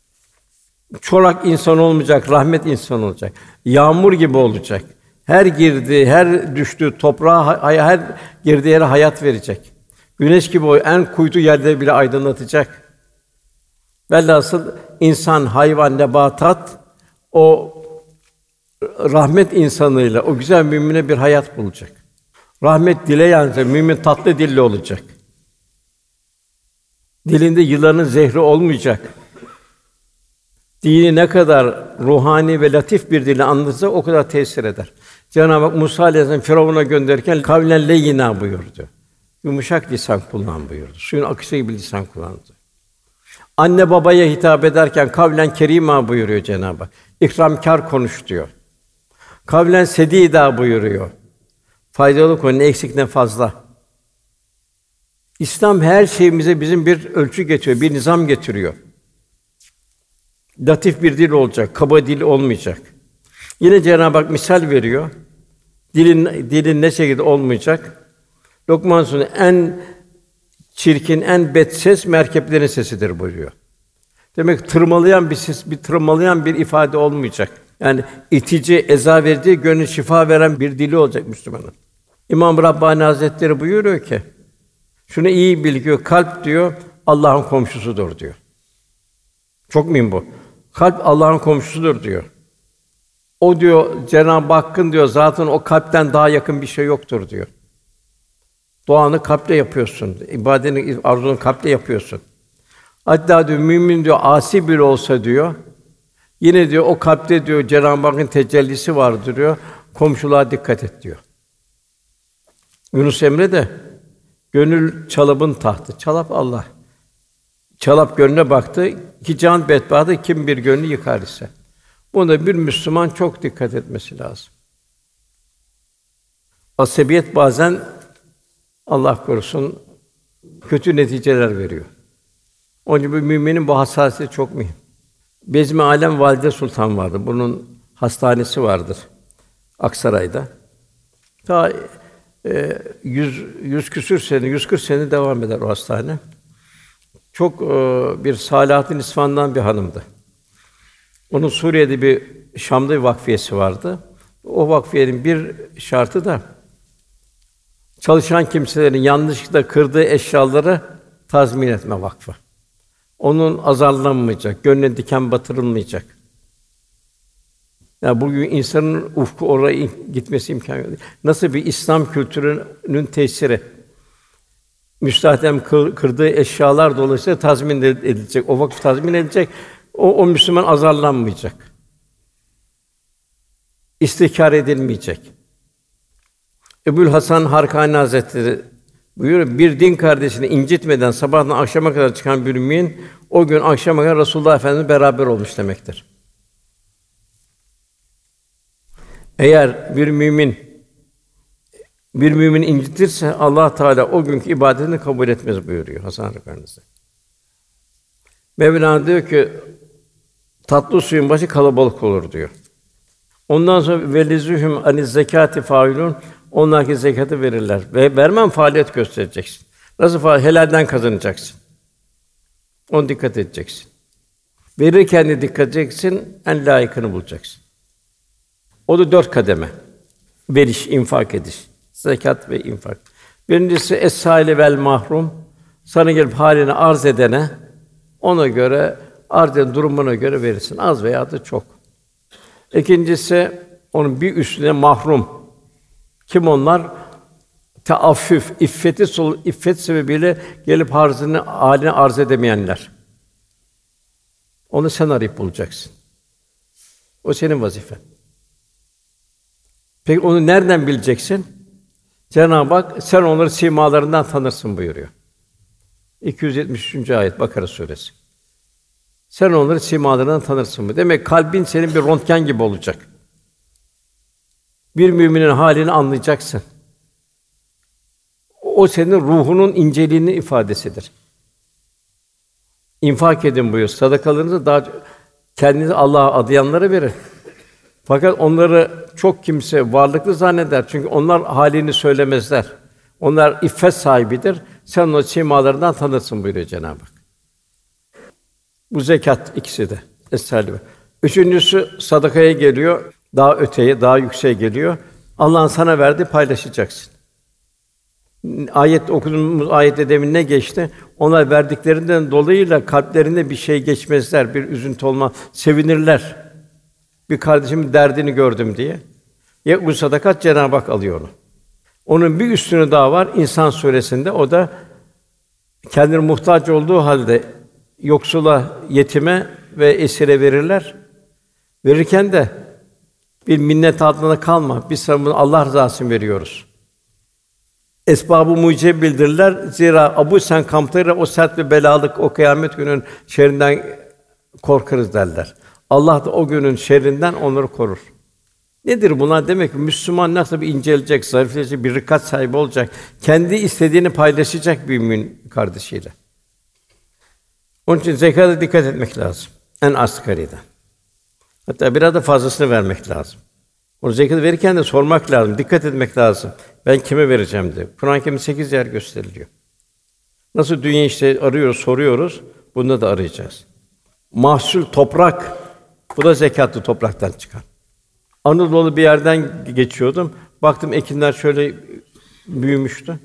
Çorak insan olmayacak, rahmet insan olacak. Yağmur gibi olacak. Her girdiği, her düştüğü toprağa, her girdiği yere hayat verecek. Güneş gibi o en kuytu yerleri bile aydınlatacak. Velhasıl insan, hayvan, nebatat o rahmet insanıyla o güzel mümine bir hayat bulacak. Rahmet dileyen mümin tatlı dilli olacak. Dilinde yılanın zehri olmayacak. Dini ne kadar ruhani ve latif bir dille anlatırsa o kadar tesir eder. Cenab-ı Hak Musa Aleyhisselam Firavun'a gönderirken kavlen leyyina buyurdu. Yumuşak lisan kullan buyurdu. Suyun akışı gibi lisan kullandı. Anne babaya hitap ederken kavlen kerîmâ buyuruyor Cenab-ı Hak. İkramkâr konuş diyor. Kavlen sedîdâ buyuruyor. Faydalı konuş, ne eksik ne fazla. İslam her şeyimize bizim bir ölçü getiriyor, bir nizam getiriyor. Latif bir dil olacak, kaba dil olmayacak. Yine Cenab-ı Hak misal veriyor. Dilin dilin ne şekilde olmayacak? Lokman Suresi en çirkin, en bet ses merkeplerin sesidir buyuruyor. Demek tırmalayan bir ses, bir tırmalayan bir ifade olmayacak. Yani itici, eza verici, gönül şifa veren bir dili olacak Müslümanın. İmam Rabbani Hazretleri buyuruyor ki, şunu iyi bil diyor, kalp diyor Allah'ın komşusudur diyor. Çok mühim bu. Kalp Allah'ın komşusudur diyor. O diyor Cenab-ı Hakk'ın diyor zatın o kalpten daha yakın bir şey yoktur diyor. Duanı kalple yapıyorsun. İbadetini, arzunu kalple yapıyorsun. Hatta diyor mümin diyor asi bile olsa diyor yine diyor o kalpte diyor Cenab-ı Hakk'ın tecellisi vardır diyor. Komşuluğa dikkat et diyor. Yunus Emre de gönül çalabın tahtı. Çalap Allah. Çalap gönlüne baktı. İki can bedbahtı kim bir gönlü yıkar ise. Buna bir Müslüman çok dikkat etmesi lazım. Asabiyet bazen Allah korusun kötü neticeler veriyor. Onun için bir müminin bu hassasiyeti çok mühim. Bezmi Alem Valide Sultan vardı. Bunun hastanesi vardır Aksaray'da. Ta e, yüz yüz küsür sene, yüz kırk sene devam eder o hastane. Çok e, bir Salahattin İsfahan'dan bir hanımdı. Onun Suriye'de bir Şam'da bir vakfiyesi vardı. O vakfiyenin bir şartı da çalışan kimselerin yanlışlıkla kırdığı eşyaları tazmin etme vakfı. Onun azarlanmayacak, gönlüne diken batırılmayacak. Ya bugün insanın ufku oraya gitmesi imkânı yok. Nasıl bir İslam kültürünün tesiri? Müstahdem kırdığı eşyalar dolayısıyla tazmin edilecek, o vakıf tazmin edilecek. O, o Müslüman azarlanmayacak. İstihkâr edilmeyecek. Ebu'l Hasan Harkani Hazretleri buyuruyor, bir din kardeşini incitmeden sabahtan akşama kadar çıkan bir mümin, o gün akşama kadar Resulullah Efendimizle beraber olmuş demektir. Eğer bir mümin bir mümin incitirse Allah Teala o günkü ibadetini kabul etmez buyuruyor Hasan Harkani Hazretleri. Mevlana diyor ki tatlı suyun başı kalabalık olur diyor. Ondan sonra velizühüm aniz zekati failun, onlar ki zekatı verirler ve vermem faaliyet göstereceksin. Nasıl faaliyet? Helalden kazanacaksın. Ona dikkat edeceksin. Verirken de dikkat edeceksin, en layıkını bulacaksın. O da dört kademe. Veriş, infak ediş, zekat ve infak. Birincisi es-sâile vel mahrum. Sana gelip halini arz edene ona göre arz eden durumuna göre verirsin. Az veya da çok. İkincisi onun bir üstüne mahrum. Kim onlar? Teaffüf, iffeti sol, iffet sebebiyle gelip harzını haline arz edemeyenler. Onu sen arayıp bulacaksın. O senin vazifen. Peki onu nereden bileceksin? Cenab-ı Hak sen onları simalarından tanırsın buyuruyor. iki yüz yetmiş üçüncü ayet Bakara suresi. Sen onları simalarından tanırsın mı? Demek kalbin senin bir röntgen gibi olacak. Bir müminin halini anlayacaksın. O senin ruhunun inceliğinin ifadesidir. İnfak edin buyuruyor. Sadakalarınızı daha kendinizi Allah'a adayanlara verin. Fakat onları çok kimse varlıklı zanneder. Çünkü onlar halini söylemezler. Onlar iffet sahibidir. Sen o simalarından tanırsın buyuruyor Cenab-ı Hak. Bu zekat ikisi de. Es-salime. Üçüncüsü sadakaya geliyor. Daha öteye, daha yükseğe geliyor. Allah'ın sana verdiği paylaşacaksın. Ayet okuduğumuz ayette demin ne geçti? Onlar verdiklerinden dolayıyla kalplerinde bir şey geçmezler, bir üzüntü olmaz, sevinirler. Bir kardeşimin derdini gördüm diye. Ya bu sadakat Cenab-ı Hak alıyor onu. Onun bir üstünü daha var İnsan suresinde. O da kendine muhtaç olduğu halde yoksula, yetime ve esire verirler. Verirken de bir minnet altında kalma. Biz sana bunu Allah rızası için veriyoruz. Esbab-ı mucize bildirirler. Zira Abu Sen Kamtar'a o sert ve belalık, o kıyamet günün şerrinden korkarız derler. Allah da o günün şerrinden onları korur. Nedir bunlar? Demek ki Müslüman nasıl bir incelecek, zarifleyecek, bir rikat sahibi olacak, kendi istediğini paylaşacak bir mümin kardeşiyle. Onun için zekata dikkat etmek lazım. En asgariden. Hatta biraz da fazlasını vermek lazım. O zekatı verirken de sormak lazım, dikkat etmek lazım. Ben kime vereceğim diye. Kur'an-ı Kerim'de sekiz yer gösteriliyor. Nasıl dünya işte arıyoruz, soruyoruz, bunda da arayacağız. Mahsul toprak, bu da zekatlı topraktan çıkan. Anadolu bir yerden geçiyordum, baktım ekinler şöyle büyümüştü.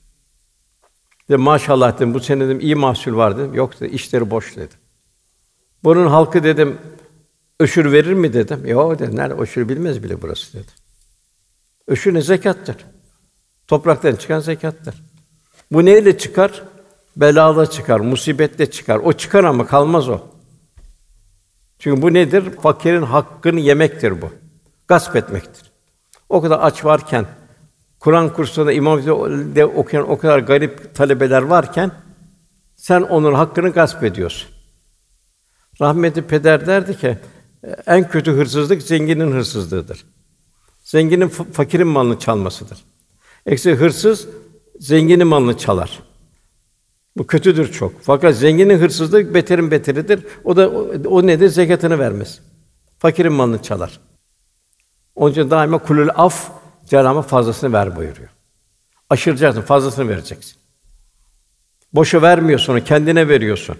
De maşallah dedim, bu sene dedim iyi mahsul var dedim. Yok dedi, işleri boş dedi. Bunun halkı dedim öşür verir mi dedim. Yok dedi, nerede öşür bilmez bile burası dedi. Öşür ne? Zekattır. Topraktan çıkan zekattır. Bu neyle çıkar? Belâla çıkar, musibetle çıkar. O çıkar ama kalmaz o. Çünkü bu nedir? Fakirin hakkını yemektir bu. Gasp etmektir. O kadar aç varken, Kur'an kursunda İmam Hatip'te okuyan o kadar garip talebeler varken sen onun hakkını gasp ediyorsun. Rahmetli peder derdi ki en kötü hırsızlık zenginin hırsızlığıdır. Zenginin fakirin malını çalmasıdır. Eksi hırsız zenginin malını çalar. Bu kötüdür çok. Fakat zenginin hırsızlığı beterin beteridir. O da o, o nedir? Zekatını vermez. Fakirin malını çalar. Onun için daima kulül af, Cenab-ı Hak fazlasını ver buyuruyor. Aşıracaksın, fazlasını vereceksin. Boşa vermiyorsun, kendine veriyorsun.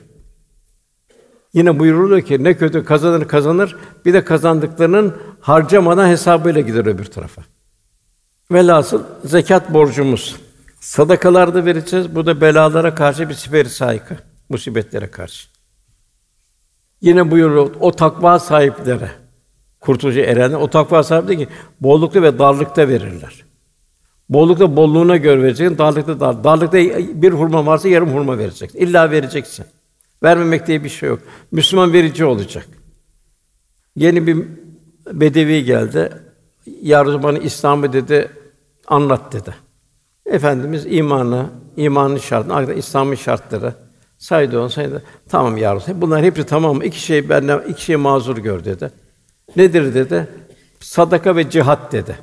Yine buyuruluyor ki ne kötü kazanır kazanır, bir de kazandıklarının harcamadan hesabıyla gider öbür tarafa. Velhasıl zekat borcumuz. Sadakalarda vereceğiz. Bu da belalara karşı bir siper-i saika, musibetlere karşı. Yine buyuruyor o takva sahiplere, kurtuluşa erenler, o takva sahipleri ki bollukta ve darlıkta verirler. Bollukta bolluğuna göre vereceksin, darlıkta dar. Darlıkta bir hurma varsa yarım hurma vereceksin. İlla vereceksin. Vermemek diye bir şey yok. Müslüman verici olacak. Yeni bir bedevi geldi. Ya Resulallah İslam'ı dedi, anlat dedi. Efendimiz imanı, imanın şartı, arkada İslam'ın şartları saydı onu saydı. Tamam ya Resulallah. Bunlar hepsi tamam mı? İki şey benden iki şey mazur gör dedi. Nedir dedi? Sadaka ve cihat dedi.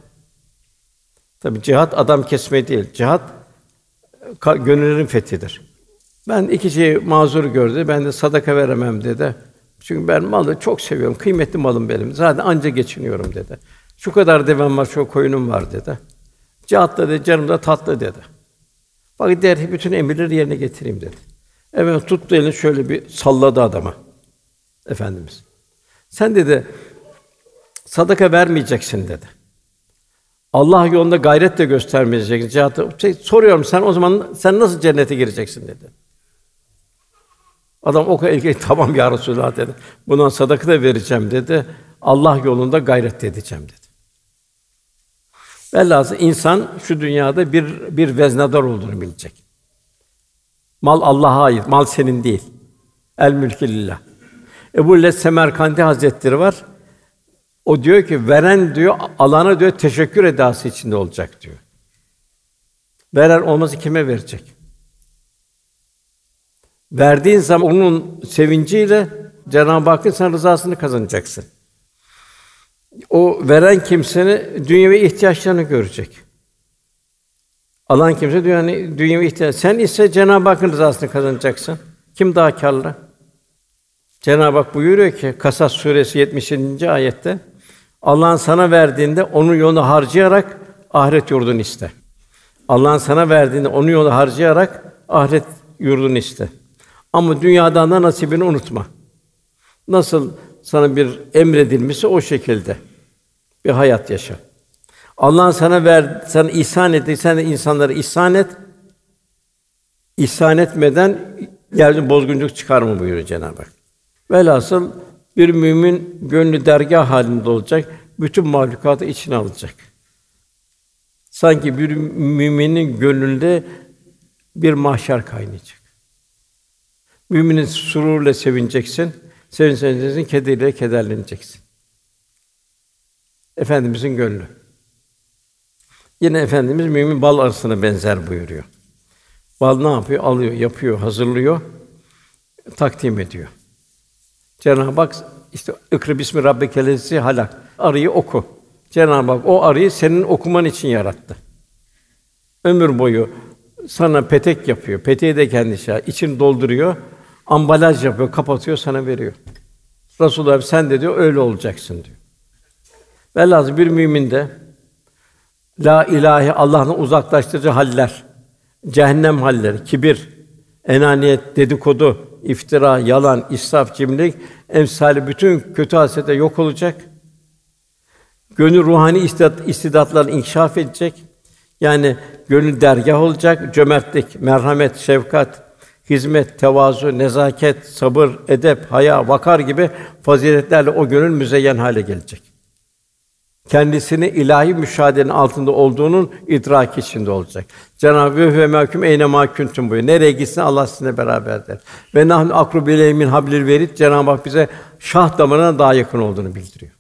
Tabii cihat adam kesme değil. Cihat gönüllerin fethidir. Ben iki şeyi mazur gördü. Ben de sadaka veremem dedi. Çünkü ben malı çok seviyorum. Kıymetli malım benim. Zaten anca geçiniyorum dedi. Şu kadar devem var, şu koyunum var dedi. Cihatta dedi, canımda tatlı dedi. Bak der bütün emirleri yerine getireyim dedi. Evet tuttu elini şöyle bir salladı adama. Efendimiz. Sen dedi sadaka vermeyeceksin dedi. Allah yolunda gayret de göstermeyeceksin. Cihatta şey, soruyorum sen o zaman sen nasıl cennete gireceksin dedi. Adam o kadar ilgili tamam ya Resulallah dedi. Bundan sadaka da vereceğim dedi. Allah yolunda gayret edeceğim dedi. Velhâsıl insan şu dünyada bir bir veznedar olduğunu bilecek. Mal Allah'a ait, mal senin değil. El mülkü lillah. Ebu Les Semerkandi Hazretleri var. O diyor ki veren diyor alana diyor teşekkür edası içinde olacak diyor. Veren olmazsa kime verecek? Verdiğin zaman onun sevinciyle Cenab-ı Hakk'ın sen rızasını kazanacaksın. O veren kimsenin dünyevi ihtiyaçlarını görecek. Alan kimse dünyanın dünyevi ihtiyaç. Sen ise Cenab-ı Hakk'ın rızasını kazanacaksın. Kim daha kârlı? Cenab-ı Hak buyuruyor ki Kasas suresi yetmiş yedinci ayette Allah'ın sana verdiğinde onun yolunu harcayarak ahiret yurdunu iste. Allah'ın sana verdiğinde onun yolunu harcayarak ahiret yurdunu iste. Ama dünyadan da nasibini unutma. Nasıl sana bir emredilmişse o şekilde bir hayat yaşa. Allah'ın sana ver, sana ihsan etti, sen de insanlara ihsan et. İhsan etmeden yeryüzüne bozgunculuk çıkarma buyuruyor Cenab-ı Hak. Velhasıl bir mümin gönlü dergâh halinde olacak, bütün mahlukatı içine alacak. Sanki bir müminin gönlünde bir mahşer kaynayacak. Müminin sururla sevineceksin, sevineceksin, kederle kederleneceksin. Efendimizin gönlü. Yine Efendimiz mümin bal arısına benzer buyuruyor. Bal ne yapıyor? Alıyor, yapıyor, hazırlıyor, takdim ediyor. Cenab-ı Hak işte "Ikra bismi rabbikellezî halak." Arıyı oku. Cenab-ı Hak o arıyı senin okuman için yarattı. Ömür boyu sana petek yapıyor. Peteği de kendisi içini dolduruyor. Ambalaj yapıyor, kapatıyor, sana veriyor. Resulullah sen de diyor öyle olacaksın diyor. Velhâsıl bir mümin de la ilahe Allah'ın uzaklaştırıcı haller, cehennem halleri, kibir, enaniyet, dedikodu, iftira, yalan, israf, cimrilik emsali bütün kötü hasletler yok olacak. Gönül ruhani istidat, istidatlarını inkişaf edecek. Yani gönül dergâh olacak, cömertlik, merhamet, şefkat, hizmet, tevazu, nezaket, sabır, edep, haya, vakar gibi faziletlerle o gönül müzeyyen hale gelecek. Kendisini ilahi müşahedenin altında olduğunun idraki içinde olacak. Cenab-ı Hak ve mahkum eyne ma kuntum buyuruyor. Nereye gitsin Allah sizinle beraberdir. Ve nahnu akrubu ileyhi min hablil verid. Cenab-ı Hak bize şah damarına daha yakın olduğunu bildiriyor.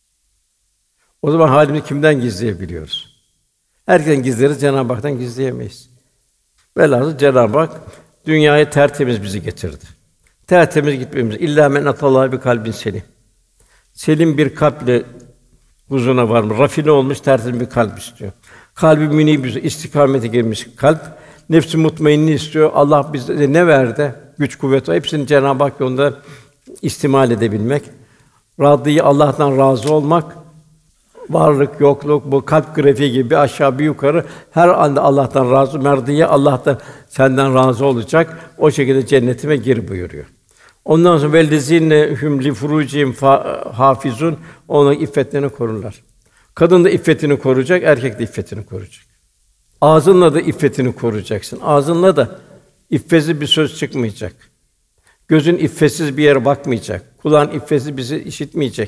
O zaman halimizi kimden gizleyebiliyoruz? Herkesten gizleriz, Cenab-ı Hak'tan gizleyemeyiz. Velhâsıl Cenab-ı Hak dünyaya tertemiz bizi getirdi. Tertemiz gitmemiz. İllâ men atallâhe bi kalbin selim. Selim bir kalple huzuruna varmış, rafine olmuş, tertemiz bir kalp istiyor. Kalbi münîb, istikamete girmiş kalp, nefs-i mutmainni istiyor. Allah bize ne verdi? Güç, kuvvet, hepsini Cenab-ı Hak yolunda istimal edebilmek. Radî Allah'tan razı olmak, varlık, yokluk, bu kalp grafiği gibi bir aşağı bir yukarı her anda Allah'tan razı, merdiye Allah da senden razı olacak. O şekilde cennetime gir buyuruyor. Ondan sonra vellezîne hum li furucihim hafizun, onun iffetlerini korurlar. Kadın da iffetini koruyacak, erkek de iffetini koruyacak. Ağzınla da iffetini koruyacaksın. Ağzınla da iffetsiz bir söz çıkmayacak. Gözün iffetsiz bir yere bakmayacak. Kulağın iffetsiz bizi işitmeyecek.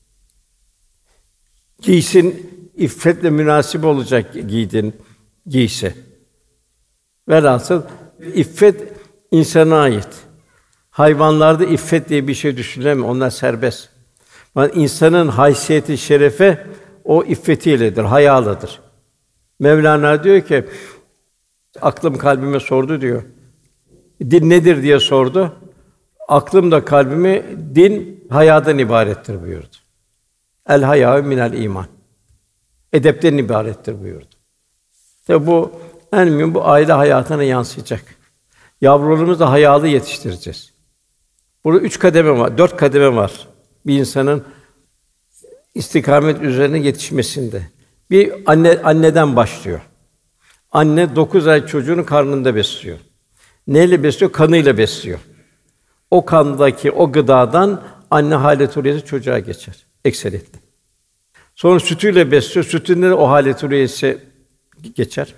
Giysin iffetle münasip olacak giydiğin giysi. Velhasıl iffet insana ait. Hayvanlarda iffet diye bir şey düşünülemez. Onlar serbest. Yani insanın haysiyeti, şerefi o iffetiyledir, hayalıdır. Mevlana diyor ki, aklım kalbime sordu diyor. Din nedir diye sordu. Aklım da kalbime din hayadan ibarettir buyurdu. El hayâ minel iman. Edepten ibarettir buyurdu. Tabi bu en mühim bu aile hayatına yansıyacak. Yavrularımızı da hayalı yetiştireceğiz. Burada üç kademe var, dört kademe var bir insanın istikamet üzerine yetişmesinde. Bir anne anneden başlıyor. Anne dokuz ay çocuğunu karnında besliyor. Neyle besliyor? Kanıyla besliyor. O kandaki o gıdadan anne hâlet-i ruhiyesi çocuğa geçer ekseriyetle. Sonra sütüyle besliyor. Sütünden de o hâlet-i ruhiyesi geçer.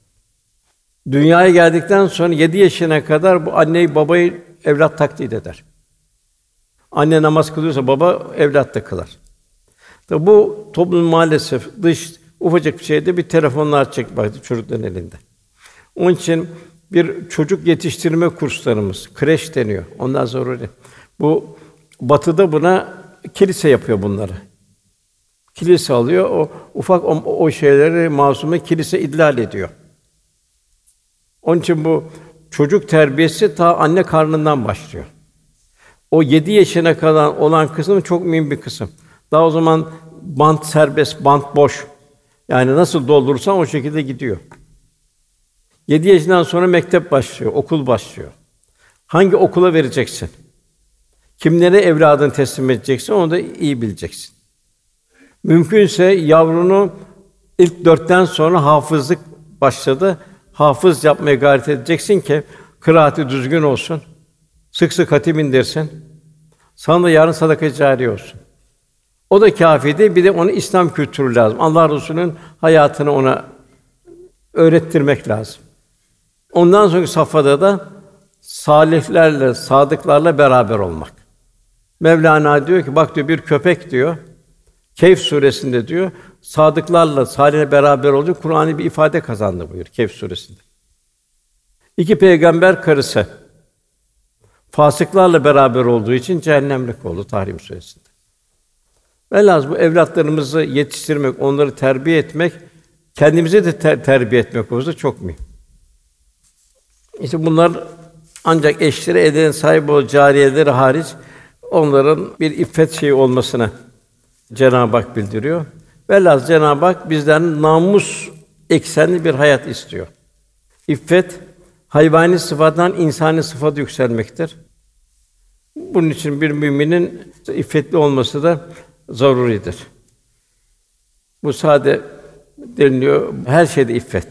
Dünyaya geldikten sonra yedi yaşına kadar bu anneyi babayı evlat taklit eder. Anne namaz kılıyorsa baba evlat da kılar. Tabi bu toplum maalesef dış ufacık bir şeyde bir telefonla açacak baktı çocukların elinde. Onun için bir çocuk yetiştirme kurslarımız, kreş deniyor. Ondan sonra bu Batı'da buna kilise yapıyor bunları. Kilise alıyor, o ufak o, o şeyleri masumu kilise idlal ediyor. Onun için bu çocuk terbiyesi ta anne karnından başlıyor. O yedi yaşına kadar olan kısım çok mühim bir kısım. Daha o zaman bant serbest, bant boş. Yani nasıl doldurursan o şekilde gidiyor. Yedi yaşından sonra mektep başlıyor, okul başlıyor. Hangi okula vereceksin? Kimlere evladını teslim edeceksin, onu da iyi bileceksin. Mümkünse yavrunu ilk dörtten sonra hafızlık başladı. Hafız yapmaya gayret edeceksin ki kıraati düzgün olsun. Sık sık hatim indirsin. Sana da yarın sadaka-i cariye olsun. O da kâfi değil, bir de ona İslam kültürü lazım. Allah Resulü'nün hayatını ona öğrettirmek lazım. Ondan sonraki safhada da salihlerle, sadıklarla beraber olmak. Mevlana diyor ki, bak diyor bir köpek diyor, Kehf suresinde diyor, sadıklarla, salihlerle beraber olacak Kur'an'ı bir ifade kazandı buyuruyor Kehf suresinde. İki peygamber karısı fasıklarla beraber olduğu için cehennemlik oldu Tahrim Suresi'nde. Velhâsıl bu evlatlarımızı yetiştirmek, onları terbiye etmek, kendimizi de ter- terbiye etmek olursa çok mühim. İşte bunlar ancak eşleri, eden sahibi o cariyeleri hariç onların bir iffet şeyi olmasına Cenab-ı Hak bildiriyor. Velhâsıl Cenab-ı Hak bizden namus eksenli bir hayat istiyor. İffet hayvani sıfattan insani sıfata yükselmektir. Bunun için bir müminin iffetli olması da zaruridir. Bu sade deniliyor, her şeyde iffet.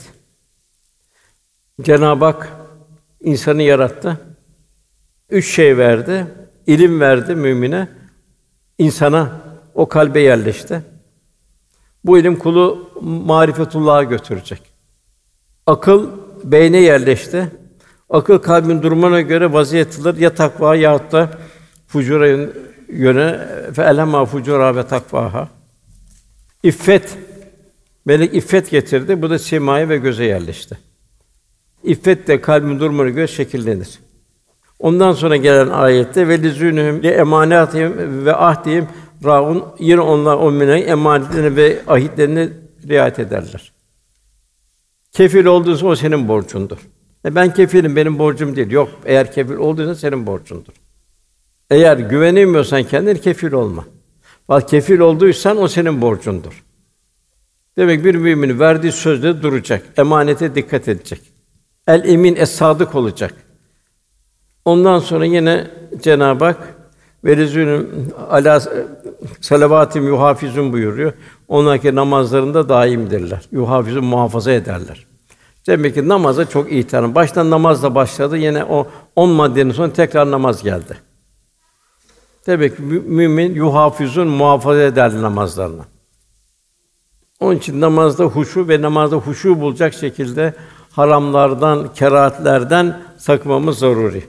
Cenab-ı Hak insanı yarattı. Üç şey verdi. İlim verdi mümine. İnsana o kalbe yerleşti. Bu ilim kulu marifetullah'a götürecek. Akıl beyne yerleşti. Akıl kalbin durumuna göre vaziyet alır. Ya takva yahut da fucura yöne fe elhemâ fucura ve takvaha. İffet, melek iffet getirdi. Bu da simaya ve göze yerleşti. İffet de kalbin durumuna göre şekillenir. Ondan sonra gelen ayette ve lizûnühüm li emanatihim ve ahdihim raun, yine onlar o müney emanetlerine ve ahitlerine riayet ederler. Kefil olduğunsa o senin borcundur. E ben kefilim, benim borcum değil. Yok, eğer kefil olduysa senin borcundur. Eğer güvenemiyorsan kendine kefil olma. Bak kefil olduysan o senin borcundur. Demek bir mümin verdiği sözde duracak, emanete dikkat edecek. El emin es-sadık olacak. Ondan sonra yine Cenab-ı Hak ve rezûnüm alâ salavatim yuhafizun buyuruyor. Onlar ki namazlarında daimdirler. Yuhafizun muhafaza ederler. Demek ki namaza çok ihtimam. Baştan namazla başladı. Yine o on maddenin sonra tekrar namaz geldi. Demek ki mümin yuhafizun muhafaza eder namazlarını. Onun için namazda huşu ve namazda huşu bulacak şekilde haramlardan, kerahatlerden sakınmamız zaruri.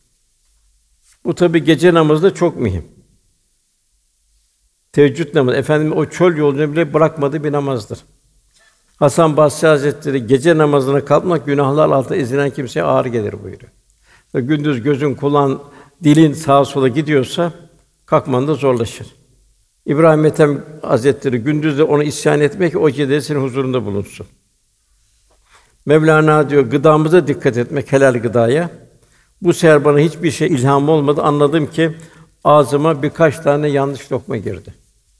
Bu tabi gece namazı da çok mühim. Teheccüd namazı, efendim o çöl yolunu bile bırakmadığı bir namazdır. Hasan Basri Hazretleri gece namazına kalkmak günahlar altında ezilen kimseye ağır gelir buyuruyor. Ve gündüz gözün, kulağın, dilin sağa sola gidiyorsa kalkman da zorlaşır. İbrahim Ethem Hazretleri gündüz de ona isyan etmek, o gece senin huzurunda bulunsun. Mevlana diyor, gıdamıza dikkat etmek, helal gıdaya. Bu sefer bana hiçbir şey ilham olmadı. Anladım ki ağzıma birkaç tane yanlış lokma girdi.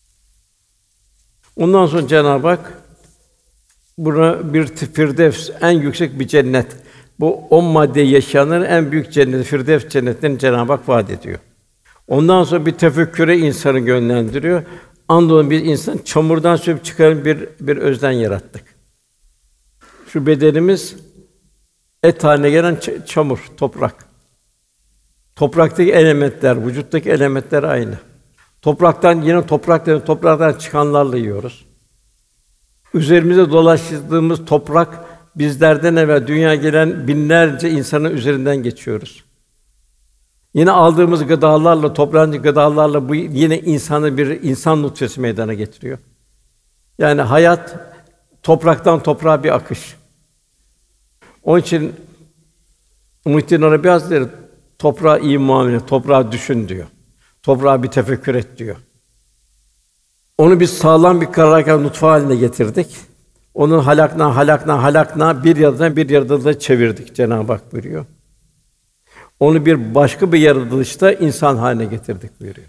Ondan sonra Cenab-ı Hak buna bir firdevs, en yüksek bir cennet. Bu on maddeyi yaşayanların en büyük cenneti, firdevs cennetlerini Cenab-ı Hak vaat ediyor. Ondan sonra bir tefekküre insanı yönlendiriyor. Andolsun bir insan çamurdan sürüp çıkaran bir bir özden yarattık. Şu bedenimiz et haline gelen ç- çamur, toprak. Topraktaki elementler, vücuttaki elementler aynı. Topraktan yine topraktan topraktan çıkanlarla yiyoruz. Üzerimize dolaştığımız toprak bizlerden evvel dünyaya gelen binlerce insanın üzerinden geçiyoruz. Yine aldığımız gıdalarla, toprağın gıdalarla bu yine insanı bir insan nutfesi meydana getiriyor. Yani hayat topraktan toprağa bir akış. Onun için Muhittin Arabi Hazretleri toprağa iyi muamele, toprağa düşün diyor. Toprağa bir tefekkür et diyor. Onu biz sağlam bir karargâh nutfe haline getirdik. Onun halakna halakna halakna bir yaradan bir yaratılışa çevirdik Cenab-ı Hak buyuruyor. Onu bir başka bir yaratılışta insan haline getirdik buyuruyor.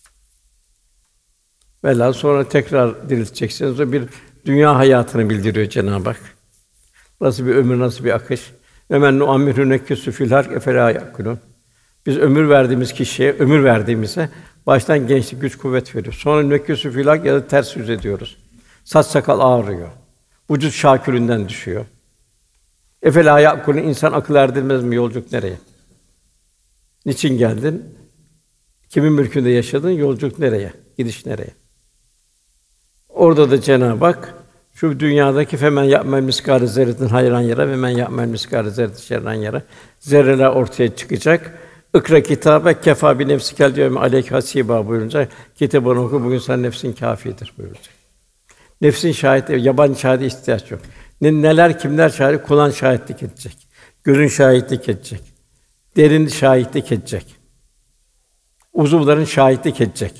Velhâsıl sonra tekrar dirilteceksiniz. O bir dünya hayatını bildiriyor Cenab-ı Hak. Nasıl bir ömür, nasıl bir akış. Ve men nu'ammirhu nekkesu fil hark efelâ ya'kulûn. Biz ömür verdiğimiz kişiye, ömür verdiğimize baştan gençlik, güç, kuvvet veriyor. Sonra nekkesu fil hark ya da ters yüz ediyoruz. Saç sakal ağrıyor. Vücut şakülünden düşüyor. Efelâ ya'kulûn, insan akıl erdirmez mi? Yolculuk nereye? Niçin geldin? Kimin mülkünde yaşadın? Yolculuk nereye? Gidiş nereye? Orada da Cenab-ı Hak şu dünyadaki femen ya'mel miskâle zerretin hayran yara ve men ya'mel miskâle zerretin şerran yara. Zerreler ortaya çıkacak. İkra kitabe kefâ bi nefsikel yevme aleyke hasîbâ buyurunca kitabını oku, bugün sen nefsin kâfidir buyuracak. Nefsin şahit, yabancı şahide ihtiyaç yok. Ne, neler kimler şahit, kulağın şahitlik edecek. Gözün şahitlik edecek. Derin şahitlik edecek. Uzuvların şahitlik edecek.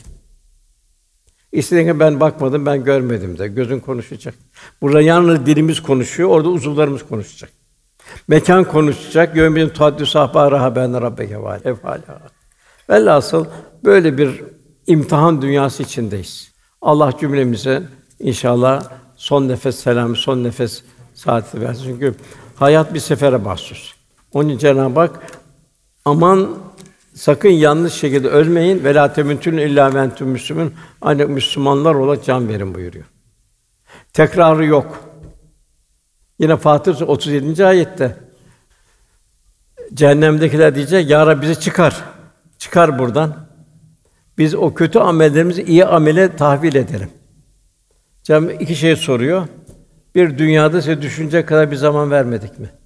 İstediğin ben bakmadım, ben görmedim de. Gözün konuşacak. Burada yalnız dilimiz konuşuyor, orada uzuvlarımız konuşacak. Mekan konuşacak. Yevmin tuhaddüsü ahbâraha ben rabbeke ve efâlâ. Velhasıl böyle bir imtihan dünyası içindeyiz. Allah cümlemize inşallah son nefes selamı, son nefes saati versin. Çünkü hayat bir sefere mahsus. Onun için Cenab-ı Hak aman sakın yanlış şekilde ölmeyin ve lâ temutun illâ ve entüm müslümûn. Ancak Müslümanlar olarak can verin buyuruyor. Tekrarı yok. Yine Fatır otuz yedinci ayette cehennemdekiler diyecek: Ya Rabbi bizi çıkar. Çıkar buradan. Biz o kötü amellerimizi iyi amele tahvil edelim. Cenab-ı Hak iki şey soruyor. Bir, dünyada size düşünecek kadar bir zaman vermedik mi?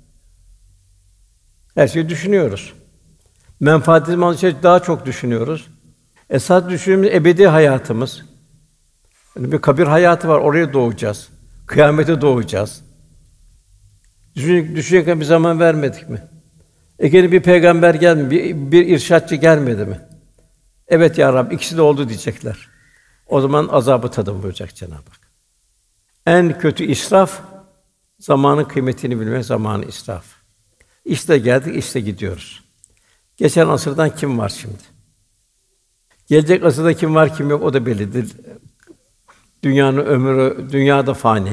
Her şeyi düşünüyoruz. Menfaatimiz olan şey daha çok düşünüyoruz. Esas düşündüğümüz ebedi hayatımız. Yani bir kabir hayatı var, oraya doğacağız. Kıyamete doğacağız. Düşünecek, düşünecek kadar bir zaman vermedik mi? Ege'nin bir peygamber gelmedi, bir, bir irşatçı gelmedi mi? Evet ya Rabbi, ikisi de oldu diyecekler. O zaman azabı tadın buyuracak Cenab-ı Hak. En kötü israf, zamanın kıymetini bilmek, zamanı israf. İşte geldik, işte gidiyoruz. Geçen asırdan kim var şimdi? Gelecek asırda kim var, kim yok o da bellidir. Dünyanın ömrü, dünyada fani.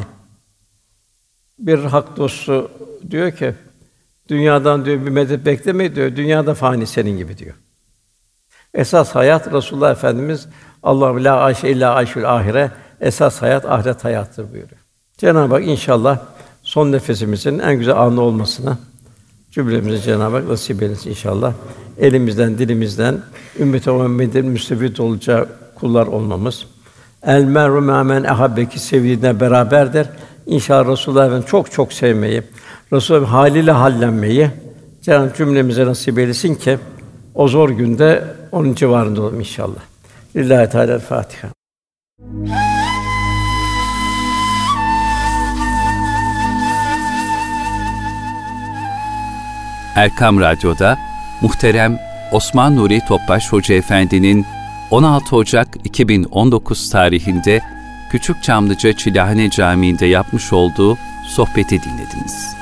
Bir hak dostu diyor ki, dünyadan diyor bir medet bekleme diyor, dünyada fani senin gibi diyor. Esas hayat Resulullah Efendimiz Allahu la ayşe illa ayşül ahire. Esas hayat ahiret hayatıdır buyuruyor. Cenab-ı Hak inşallah son nefesimizin en güzel anı olmasına cümlemize Cenab-ı Hak nasip eylesin inşallah. Elimizden, dilimizden ümmet-i Muhammed'in müstefid olacağı kullar olmamız. El meru men ahabbeki sevdiğine beraberdir. İnşallah Resulullah Efendimiz çok çok sevmeyi, Resulullah haliyle hallenmeyi Cenab-ı Hak cümlemize nasip eylesin ki o zor günde onun civarında olalım inşallah. Lillahi Teala Fatiha. Erkam Radyo'da muhterem Osman Nuri Topbaş Hoca Efendi'nin on altı Ocak iki bin on dokuz tarihinde Küçükçamlıca Çilahane Camii'nde yapmış olduğu sohbeti dinlediniz.